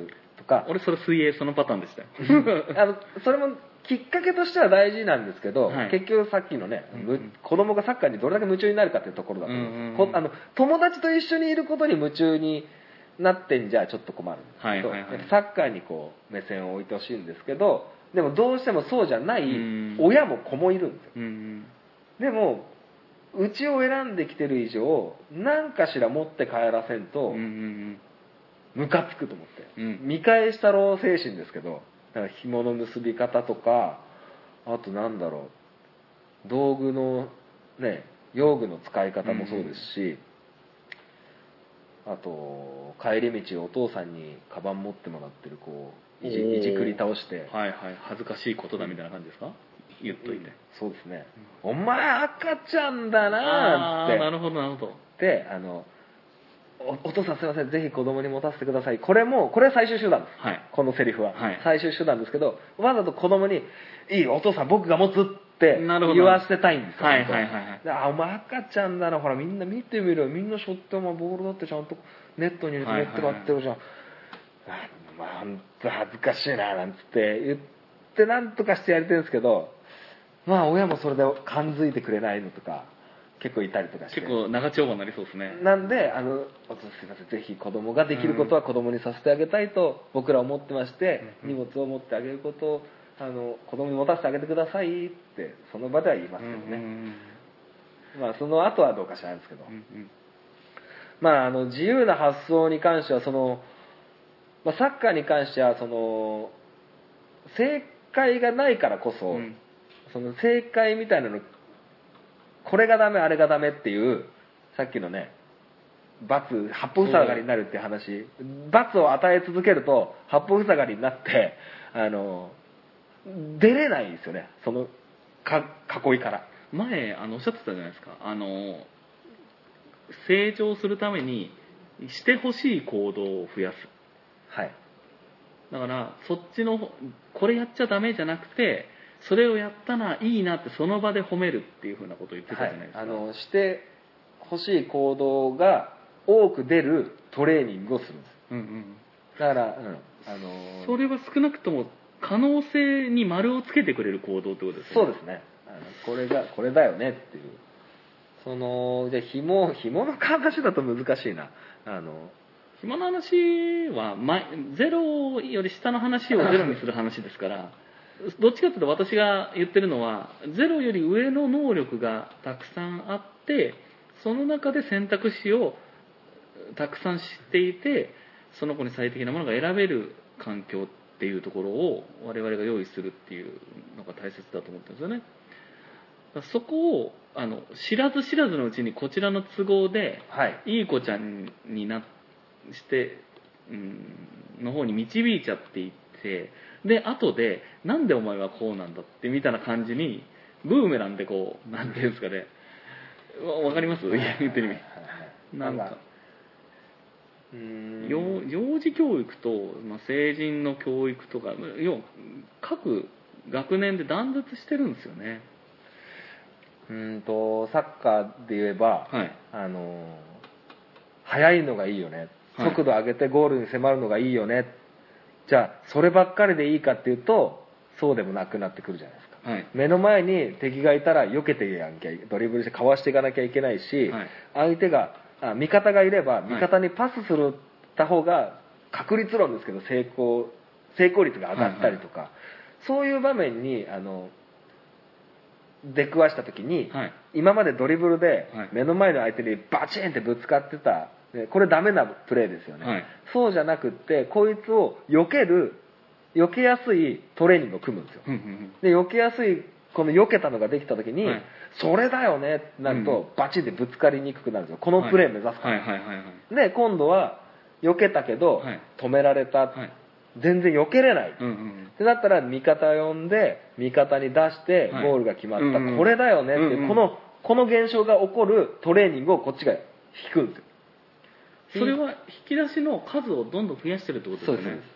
とか。 俺それ水泳そのパターンでしたよ。 あのそれもきっかけとしては大事なんですけど、はい、結局さっきのね、うんうん、子供がサッカーにどれだけ夢中になるかっていうところだと思うんです、うんうんうん、あの友達と一緒にいることに夢中になってんじゃちょっと困るんですけど、はいはいはい、サッカーにこう目線を置いてほしいんですけど、でもどうしてもそうじゃない親も子もいるんですよ、うんうん、でもうちを選んできてる以上何かしら持って帰らせんと、うんうんうんムカつくと思って、うん、見返したろう精神ですけど、だから紐の結び方とか、あとなんだろう、道具のね用具の使い方もそうですし、うん、あと帰り道お父さんにカバン持ってもらってるこういじいじくり倒して、 はいはい恥ずかしいことだみたいな感じですか？言っといて、うん、 そうですね、うん、お前赤ちゃんだなーって、 あーなるほどなるほどであのお, お父さんすいませんぜひ子供に持たせてください、これもこれは最終手段です、はい、このセリフは、はい、最終手段ですけど、わざと子供にいいお父さん僕が持つって言わせたいんですよ、はいはいはいはい、あお前赤ちゃんだな、ほらみんな見てみろよ、みんな背負ってお前ボールだってちゃんとネットに入れてネットがってるじゃん、はいはいはい、あまあ本当恥ずかしいななんつって言ってなんとかしてやりてるんですけど、まあ親もそれで感づいてくれないのとか結構いたりとかして、 結構長丁場になりそうですね。 なんであのお父さんすいませんぜひ子供ができることは子供にさせてあげたいと僕らは思ってまして、うん、荷物を持ってあげることをあの子供に持たせてあげてくださいってその場では言いますけどね、うん、まあその後はどうか知らないんですけど、うんうん、まああの自由な発想に関してはその、まあ、サッカーに関してはその正解がないからこそ、うん、その正解みたいなのこれがダメあれがダメっていうさっきのね罰八方塞がりになるっていう話、罰を与え続けると八方塞がりになってあの出れないんですよね、そのか囲いから。 前あのおっしゃってたじゃないですか、あの成長するためにしてほしい行動を増やす、 はい、 だからそっちのこれやっちゃダメじゃなくてそれをやったらいいなってその場で褒めるっていうふうなことを言ってたじゃないですか、 はい、あのしてほしい行動が多く出るトレーニングをするんです、うんうん、だから、うんあのー、 それは少なくとも可能性に丸をつけてくれる行動ってことですね。 そうですね、あのこれがこれだよねっていう、そのじゃあ紐紐の話だと難しいな、あの紐の話はゼロより下の話をゼロにする話ですからどっちかというと私が言ってるのはゼロより上の能力がたくさんあってその中で選択肢をたくさん知っていてその子に最適なものが選べる環境っていうところを我々が用意するっていうのが大切だと思ってるんですよね。そこをあの知らず知らずのうちにこちらの都合で、はい、いい子ちゃんになして、うん、の方に導いちゃっていってで後でなんでお前はこうなんだってみたいな感じにブーメランでこうなんていうんですかね、わかります？言ってる意味。なんかうーん幼、幼児教育と、まあ、成人の教育とか要は各学年で断絶してるんですよね。 うんとサッカーで言えば、はい、あの速いのがいいよね、速度上げてゴールに迫るのがいいよね、はい、じゃあそればっかりでいいかっていうとそうでもなくなってくるじゃないですか、はい、目の前に敵がいたら避けてやんきゃドリブルしてかわしていかなきゃいけないし、はい、相手があ味方がいれば味方にパスするた方が確率論ですけど成功成功率が上がったりとか、はいはい、そういう場面にあの出くわした時に、はい、今までドリブルで目の前の相手にバチンってぶつかってた、これダメなプレーですよね、はい、そうじゃなくってこいつを避ける避けやすいトレーニングを組むんですよ、うんうんうん、で避けやすいこの避けたのができた時に、はい、それだよねってなると、うん、バチンってぶつかりにくくなるんですよ、このプレー目指すから、はいはいはいはい、で今度は避けたけど、はい、止められた、はい、全然避けれない、うんうん、ってなったら味方呼んで味方に出してゴールが決まった、はい、これだよねって、うんうん、このこの現象が起こるトレーニングをこっちが引くんですよ。 それは引き出しの数をどんどん増やしてるってことですよね。そうです。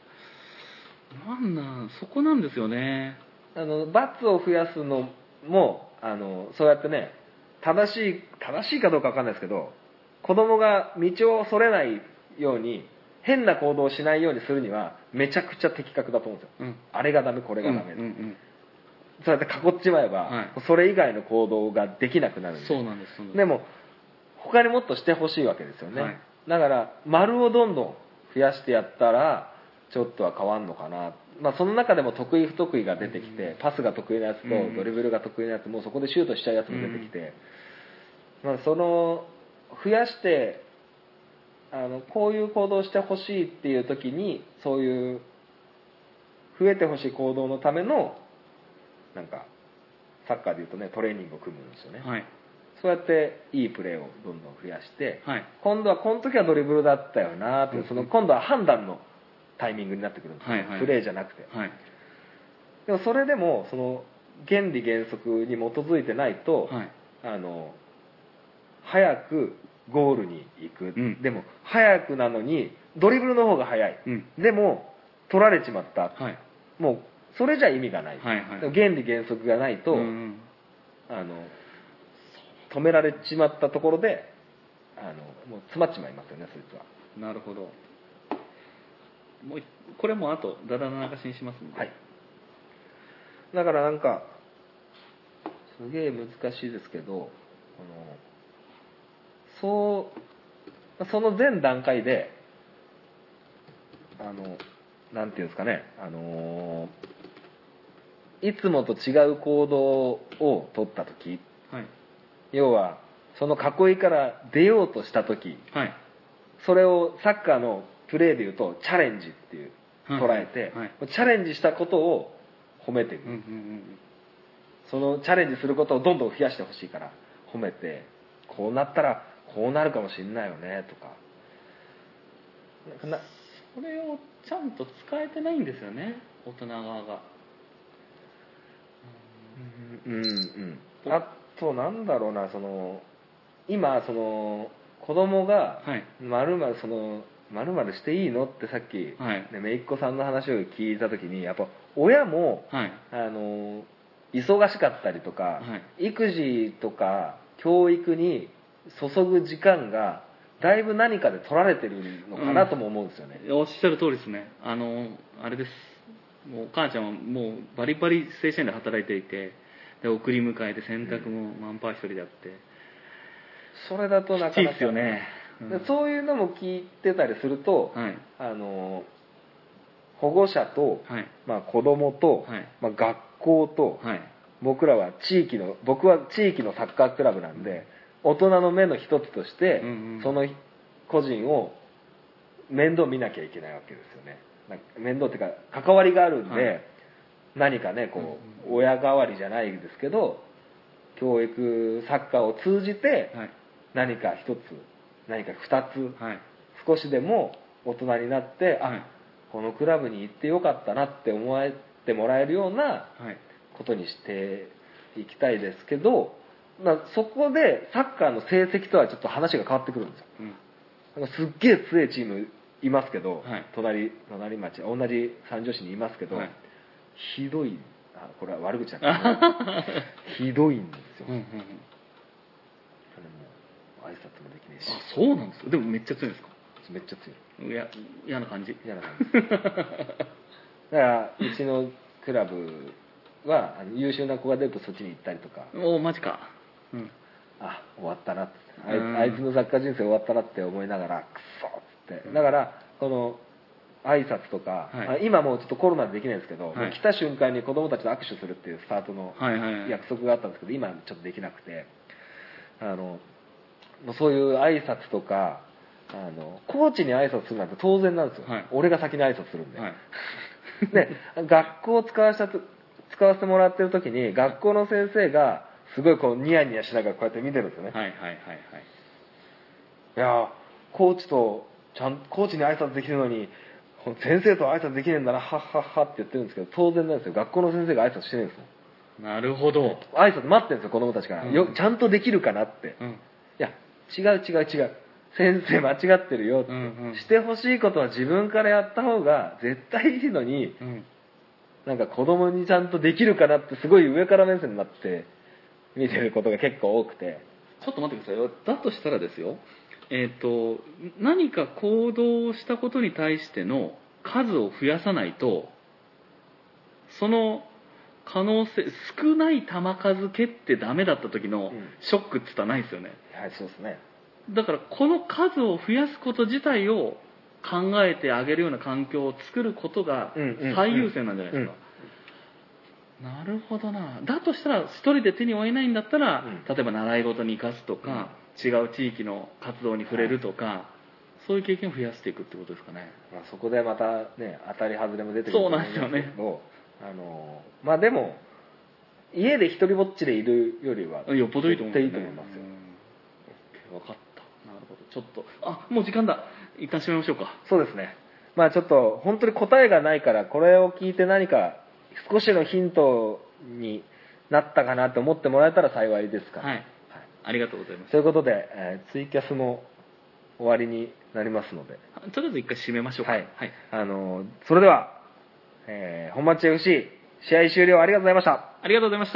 なんなんそこなんですよね。 あの罰を増やすのもあのそうやってね正しい正しいかどうかわかんないですけど子供が道をそれないように変な行動をしないようにするにはめちゃくちゃ的確だと思うんですよ、うん、あれがダメこれがダメ、うんうんうん、そうやって囲っちまえば、はい、それ以外の行動ができなくなるんで、 そうなんです。 でも他にもっとしてほしいわけですよね、はい、だから丸をどんどん増やしてやったらちょっとは変わんのかな、まあ、その中でも得意不得意が出てきて、うん、パスが得意なやつとドリブルが得意なやつもそこでシュートしちゃうやつも出てきて、うん、まあ、その増やしてあのこういう行動してほしいっていう時にそういう増えてほしい行動のためのなんかサッカーでいうとねトレーニングを組むんですよね、はい、そうやっていいプレーをどんどん増やして、はい、今度はこの時はドリブルだったよなって、うん、その今度は判断のタイミングになってくるんですよ、はいはい、プレーじゃなくて、はい、でもそれでもその原理原則に基づいてないと、はい、あの早くゴールに行く、うん、でも早くなのにドリブルの方が早い、うん、でも取られちまった、はい、もうそれじゃ意味がない、はいはい、原理原則がないと、うん、あの止められちまったところであのもう詰まっちまいますよねそいつは。 なるほど。もうこれもあとだだ流しにしますんで、はい、 だからなんかすげえ難しいですけど、このそうその前段階であのなんていうんですかね、あのいつもと違う行動を取った時、はい、要はその囲いから出ようとした時、はい、それをサッカーのプレーでいうとチャレンジっていう捉えて、はいはい、チャレンジしたことを褒めていく、うんうんうん、そのチャレンジすることをどんどん増やしてほしいから褒めて、こうなったらこうなるかもしれないよねとか、 なそれをちゃんと使えてないんですよね大人側が。 うんうんうん、あとなんだろうな、その今その子供がまるまるそのまるまるしていいのってさっき、はい、ね、めいっ子さんの話を聞いた時にやっぱ親も、はい、あの忙しかったりとか、はい、育児とか教育に注ぐ時間がだいぶ何かで取られてるのかなとも思うんですよね、 うん、おっしゃる通りですね。あのあれです、もうお母ちゃんはもうバリバリ正社員で働いていて、で送り迎えで洗濯もマンパー一人であって、うん、 それだとなかなかきついですよね、 うん、そういうのも聞いてたりすると、はい、あの保護者と、はい、まあ、子供と、はい、まあ、学校と、はい、僕らは地域の僕は地域のサッカークラブなんで、大人の目の一つとして、うんうん、その個人を面倒見なきゃいけないわけですよね。面倒っていうか関わりがあるんで、はい、何かねこう、うんうん、親代わりじゃないですけど教育サッカーを通じて何か一つ何か二つ、はい、少しでも大人になって、はい、あ、このクラブに行ってよかったなって思ってもらえるようなことにしていきたいですけど、まあ、そこでサッカーの成績とはちょっと話が変わってくるんですよ、うん、すっげえ強いチームいますけど、はい、隣隣町同じ三条市にいますけど、はい、ひどい、あ、これは悪口だけどひどいんですよ、うんうんうん、あれも挨拶もできないし。 あ、そうなんですか。でもめっちゃ強いんですか。 めっちゃ強い。 いや、嫌な感じ。 嫌な感じ。だからうちのクラブはあの優秀な子が出るとそっちに行ったりとか。 おお、マジか。うん。 あ、終わったなって。あい、あいつのサッカー人生終わったなって思いながら、クソっつって。だからこの挨拶とか、はい、今もうちょっとコロナでできないんですけど、はい、来た瞬間に子供たちと握手するっていうスタートの約束があったんですけど、今ちょっとできなくて、あのそういう挨拶とか、あのコーチに挨拶するなんて当然なんですよ、はい、俺が先に挨拶するんで、はい、で学校を使わせた使わせてもらってる時に学校の先生がすごいこうニヤニヤしながらこうやって見てるんですよね。 はいはいはいはい。 いやコーチとちゃんコーチに挨拶できるのに先生と挨拶できねえんだなはっはっはって言ってるんですけど、当然なんですよ。学校の先生が挨拶してないんですもん。なるほど。 挨拶待ってるんですよ子供たちから、うん、よちゃんとできるかなって、うん、いや違う違う違う、先生間違ってるよって、うんうん、してほしいことは自分からやった方が絶対いいのに、うん、なんか子供にちゃんとできるかなってすごい上から目線になって見てることが結構多くて。 ちょっと待ってくださいよ。だとしたらですよ、 えっと、何か行動をしたことに対しての数を増やさないと、その可能性、少ない球数蹴ってダメだった時のショックって言ったらないですよね。 うん、はい、そうですね。 だからこの数を増やすこと自体を考えてあげるような環境を作ることが最優先なんじゃないですか。なるほどな。だとしたら一人で手に負えないんだったら、うん、例えば習い事に生かすとか、うん、違う地域の活動に触れるとか、はい、そういう経験を増やしていくってことですかね。 まあ、そこでまたね、当たり外れも出てくると思うんですけど、そうなんですよね。あのまあでも家で一人ぼっちでいるよりはよっぽどいいと思います、ね、 いいと思いますよ。 分かった。なるほど。ちょっとあもう時間だ。一旦締めましょうか。 そうですね。まあちょっと本当に答えがないからこれを聞いて何か少しのヒントになったかなと思ってもらえたら幸いですから、 はいはい、ありがとうございます。 ということで、えー、ツイキャスも終わりになりますので、 とりあえず一回締めましょうか。 はい、はい、あのそれでは、えー、本町 エフシー 試合終了ありがとうございました。 ありがとうございました。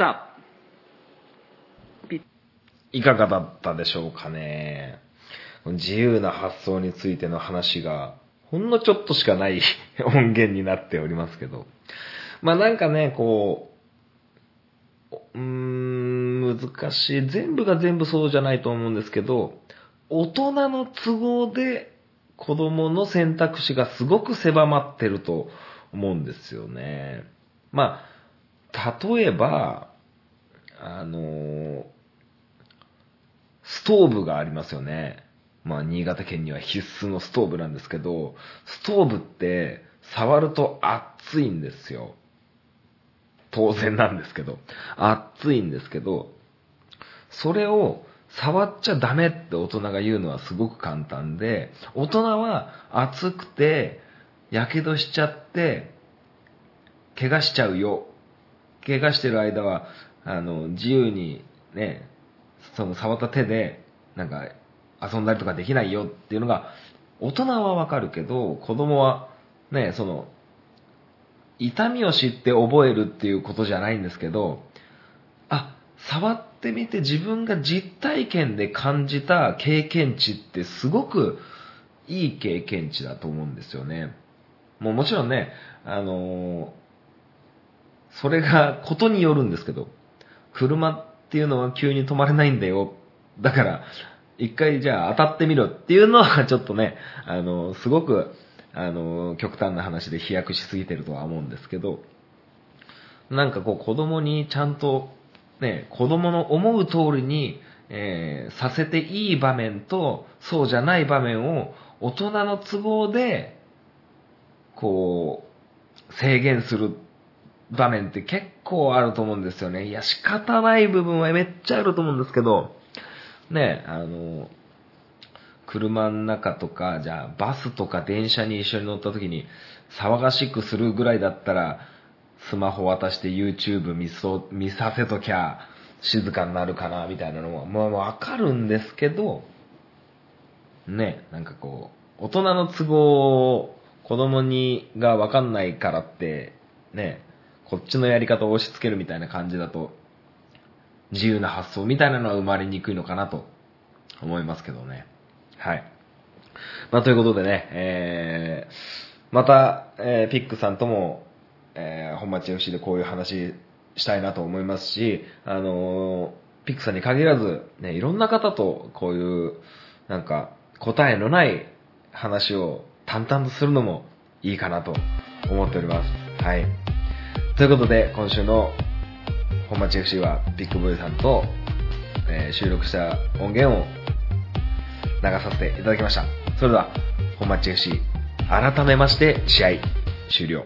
いかがだったでしょうかね。自由な発想についての話がほんのちょっとしかない音源になっておりますけど、まあなんかね、こう、うーん、難しい。全部が全部そうじゃないと思うんですけど、大人の都合で子供の選択肢がすごく狭まってると思うんですよね。まあ、例えば、あの、ストーブがありますよね。まあ、新潟県には必須のストーブなんですけど、ストーブって触ると熱いんですよ。当然なんですけど。熱いんですけど、それを触っちゃダメって大人が言うのはすごく簡単で、大人は熱くて、やけどしちゃって、怪我しちゃうよ。怪我してる間は、あの、自由にね、その触った手で、なんか、遊んだりとかできないよっていうのが、大人はわかるけど、子供は、ね、その、痛みを知って覚えるっていうことじゃないんですけど、あ、触ってみて自分が実体験で感じた経験値ってすごくいい経験値だと思うんですよね。もうもちろんね、あのー、それがことによるんですけど、車っていうのは急に止まれないんだよ。だから、一回じゃあ当たってみろっていうのはちょっとね、あのー、すごくあの、極端な話で飛躍しすぎてるとは思うんですけど、なんかこう子供にちゃんと、ね、子供の思う通りに、えー、させていい場面と、そうじゃない場面を大人の都合で、こう、制限する場面って結構あると思うんですよね。いや、仕方ない部分はめっちゃあると思うんですけど、ね、あの、車の中とか、じゃあバスとか電車に一緒に乗った時に騒がしくするぐらいだったら、スマホ渡して YouTube 見そう、見させときゃ静かになるかなみたいなのは、まあわかるんですけど、ね、なんかこう、大人の都合を子供にがわかんないからって、ね、こっちのやり方を押し付けるみたいな感じだと、自由な発想みたいなのは生まれにくいのかなと思いますけどね。はい。まあ、ということでね、えー、また、えー、ピックさんとも、えー、本町 エフシー でこういう話したいなと思いますし、あのー、ピックさんに限らず、ね、いろんな方とこういう、なんか、答えのない話を淡々とするのもいいかなと思っております。はい。ということで、今週の本町 エフシー は、ビッグボーイさんと、えー、収録した音源を流させていただきました。それでは本町 エフシー 改めまして試合終了。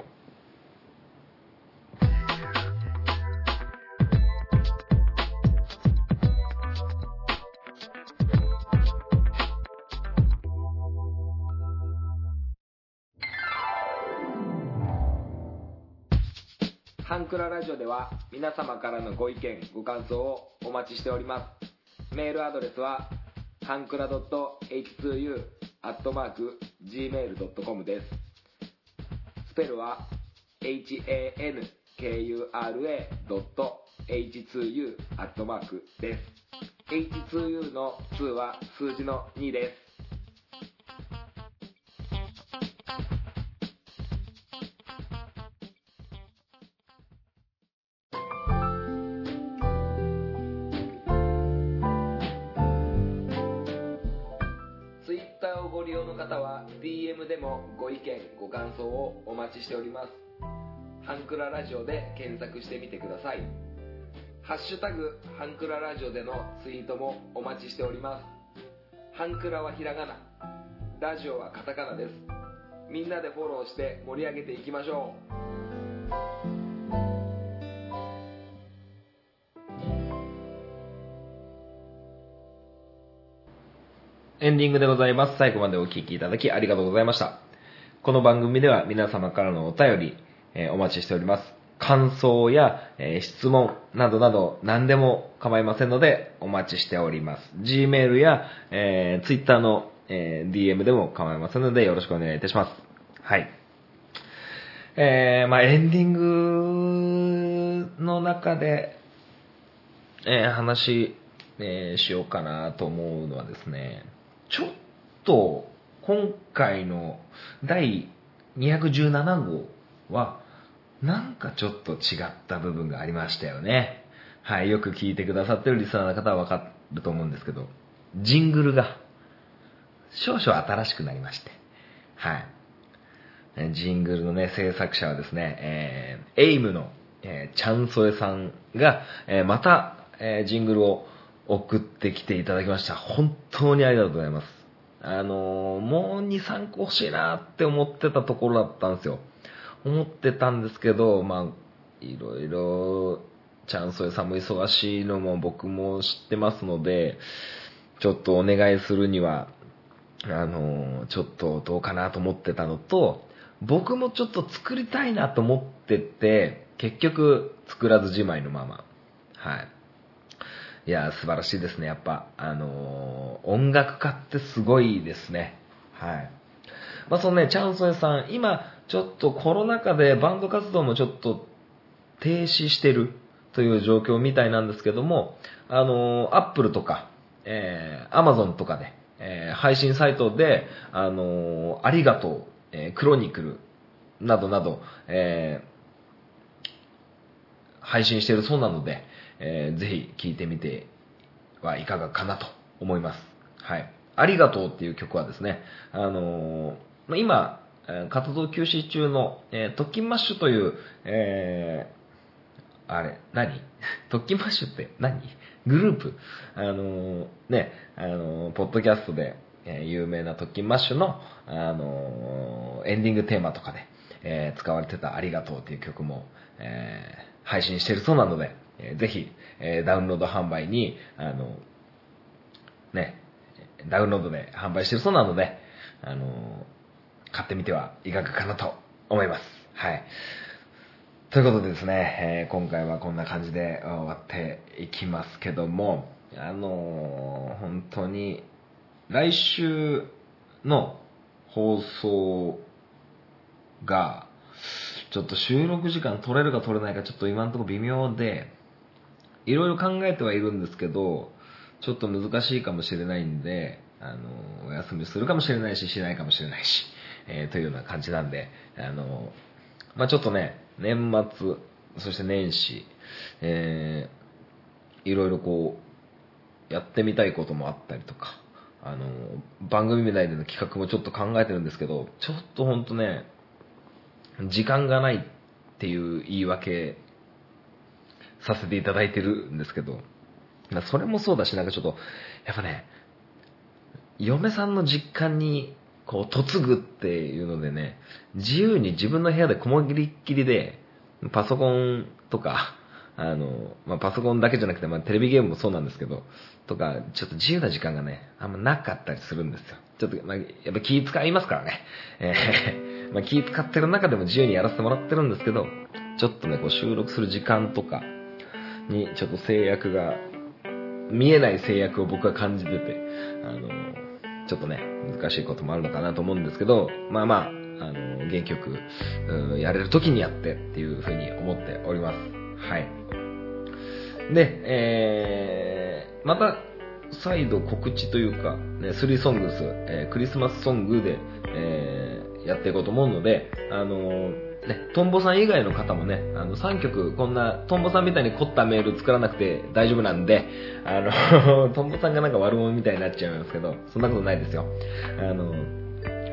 ハンクララジオでは皆様からのご意見ご感想をお待ちしております。メールアドレスはハンクラ .エイチツーユー アットマーク ジーメール ドットコム です。スペルは ハンクラ ドット エイチツーユー アットマーク です。エイチツーユー のには数字のにです。 でもご意見ご感想をお待ちしております。ハンクララジオで検索してみてください。ハッシュタグハンクララジオでのツイートもお待ちしております。ハンクラはひらがな、ラジオはカタカナです。みんなでフォローして盛り上げていきましょう。エンディングでございます。最後までお聞きいただきありがとうございました。この番組では皆様からのお便り、えー、お待ちしております。感想や、えー、質問などなど何でも構いませんのでお待ちしております。Gmail や、えー、Twitter の、えー、ディーエム でも構いませんのでよろしくお願いいたします。はい。えー、まあエンディングの中で、えー、話、えー、しようかなと思うのはですね、ちょっと今回のだいにひゃくじゅうななごうはなんかちょっと違った部分がありましたよね。はい、よく聞いてくださってるリスナーの方はわかると思うんですけど、ジングルが少々新しくなりまして、はい。ジングルのね、制作者はですね、えー、エイムの、えー、チャンソエさんが、えー、また、えー、ジングルを送ってきていただきました。本当にありがとうございます。あのー、もうに、さんこ欲しいなって思ってたところだったんですよ。思ってたんですけど、まあ、いろいろ、チャンソエさんも忙しいのも僕も知ってますので、ちょっとお願いするには、あのー、ちょっとどうかなと思ってたのと、僕もちょっと作りたいなと思ってて、結局作らずじまいのまま。はい。いや、素晴らしいですね。やっぱ、あのー、音楽家ってすごいですね。はい。まあ、そのね、チャンソエさん、今、ちょっとコロナ禍でバンド活動もちょっと停止してるという状況みたいなんですけども、あのー、Apple とか、えー、Amazon とかで、えー、配信サイトで、あのー、ありがとう、えー、クロニクルなどなど、えー、配信しているそうなので、えー、ぜひ聴いてみてはいかがかなと思います。はい。ありがとうっていう曲はですね、あのー、今、活動休止中の、えー、トッキンマッシュという、えー、あれ、何トッキンマッシュって何グループあのー、ね、あのー、ポッドキャストで、えー、有名なトッキンマッシュの、あのー、エンディングテーマとかで、えー、使われてたありがとうっていう曲も、えー、配信しているそうなので、えー、ぜひ、えー、ダウンロード販売に、あのー、ね、ダウンロードで販売しているそうなので、あのー、買ってみてはいかがかなと思います。はい。ということでですね、えー、今回はこんな感じで終わっていきますけども、あのー、本当に来週の放送がちょっと収録時間取れるか取れないかちょっと今のところ微妙で、いろいろ考えてはいるんですけど、ちょっと難しいかもしれないんで、あのー、お休みするかもしれないし、しないかもしれないし、えー、というような感じなんで、あのー、まあちょっとね、年末、そして年始、えー、いろいろこう、やってみたいこともあったりとか、あの、番組内での企画もちょっと考えてるんですけど、ちょっとほんとね、時間がないっていう言い訳させていただいてるんですけど、それもそうだし、なんかちょっと、やっぱね、嫁さんの実家に、こう、嫁ぐっていうのでね、自由に自分の部屋でこもりっきりで、パソコンとか、あの、まあ、パソコンだけじゃなくて、まあ、テレビゲームもそうなんですけど、とか、ちょっと自由な時間がね、あんまなかったりするんですよ。ちょっと、まあ、やっぱ気使いますからね。えー、まあ、気使ってる中でも自由にやらせてもらってるんですけど、ちょっとね、こう収録する時間とかに、ちょっと制約が、見えない制約を僕は感じてて、あの、ちょっとね、難しいこともあるのかなと思うんですけど、まあまあ、あの、原曲、うん、やれる時にやってっていうふうに思っております。はい。で、えー、また、再度告知というか、ね、スリーソングス、えー、クリスマスソングで、えー、やっていこうと思うので、あのー、ね、トンボさん以外の方もね、あの、さんきょく、こんな、トンボさんみたいに凝ったメール作らなくて大丈夫なんで、あの、トンボさんがなんか悪者みたいになっちゃいますけど、そんなことないですよ。あの、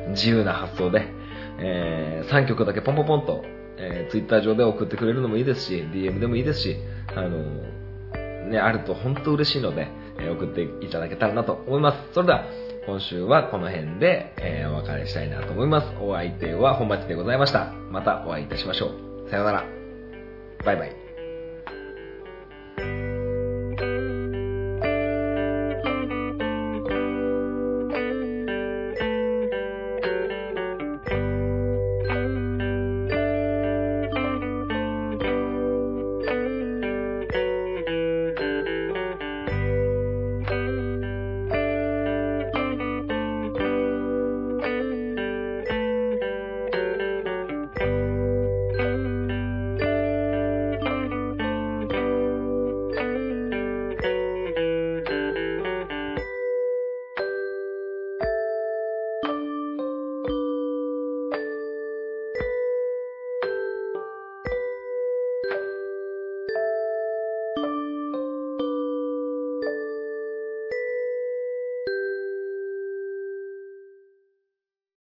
自由な発想で、えー、さんきょくだけポンポンポンと、えー、Twitter 上で送ってくれるのもいいですし、ディーエム でもいいですし、あのー、ね、あると本当嬉しいので、えー、送っていただけたらなと思います。それでは、今週はこの辺で、えー、お別れしたいなと思います。お相手は本町でございました。またお会いいたしましょう。さようなら。バイバイ。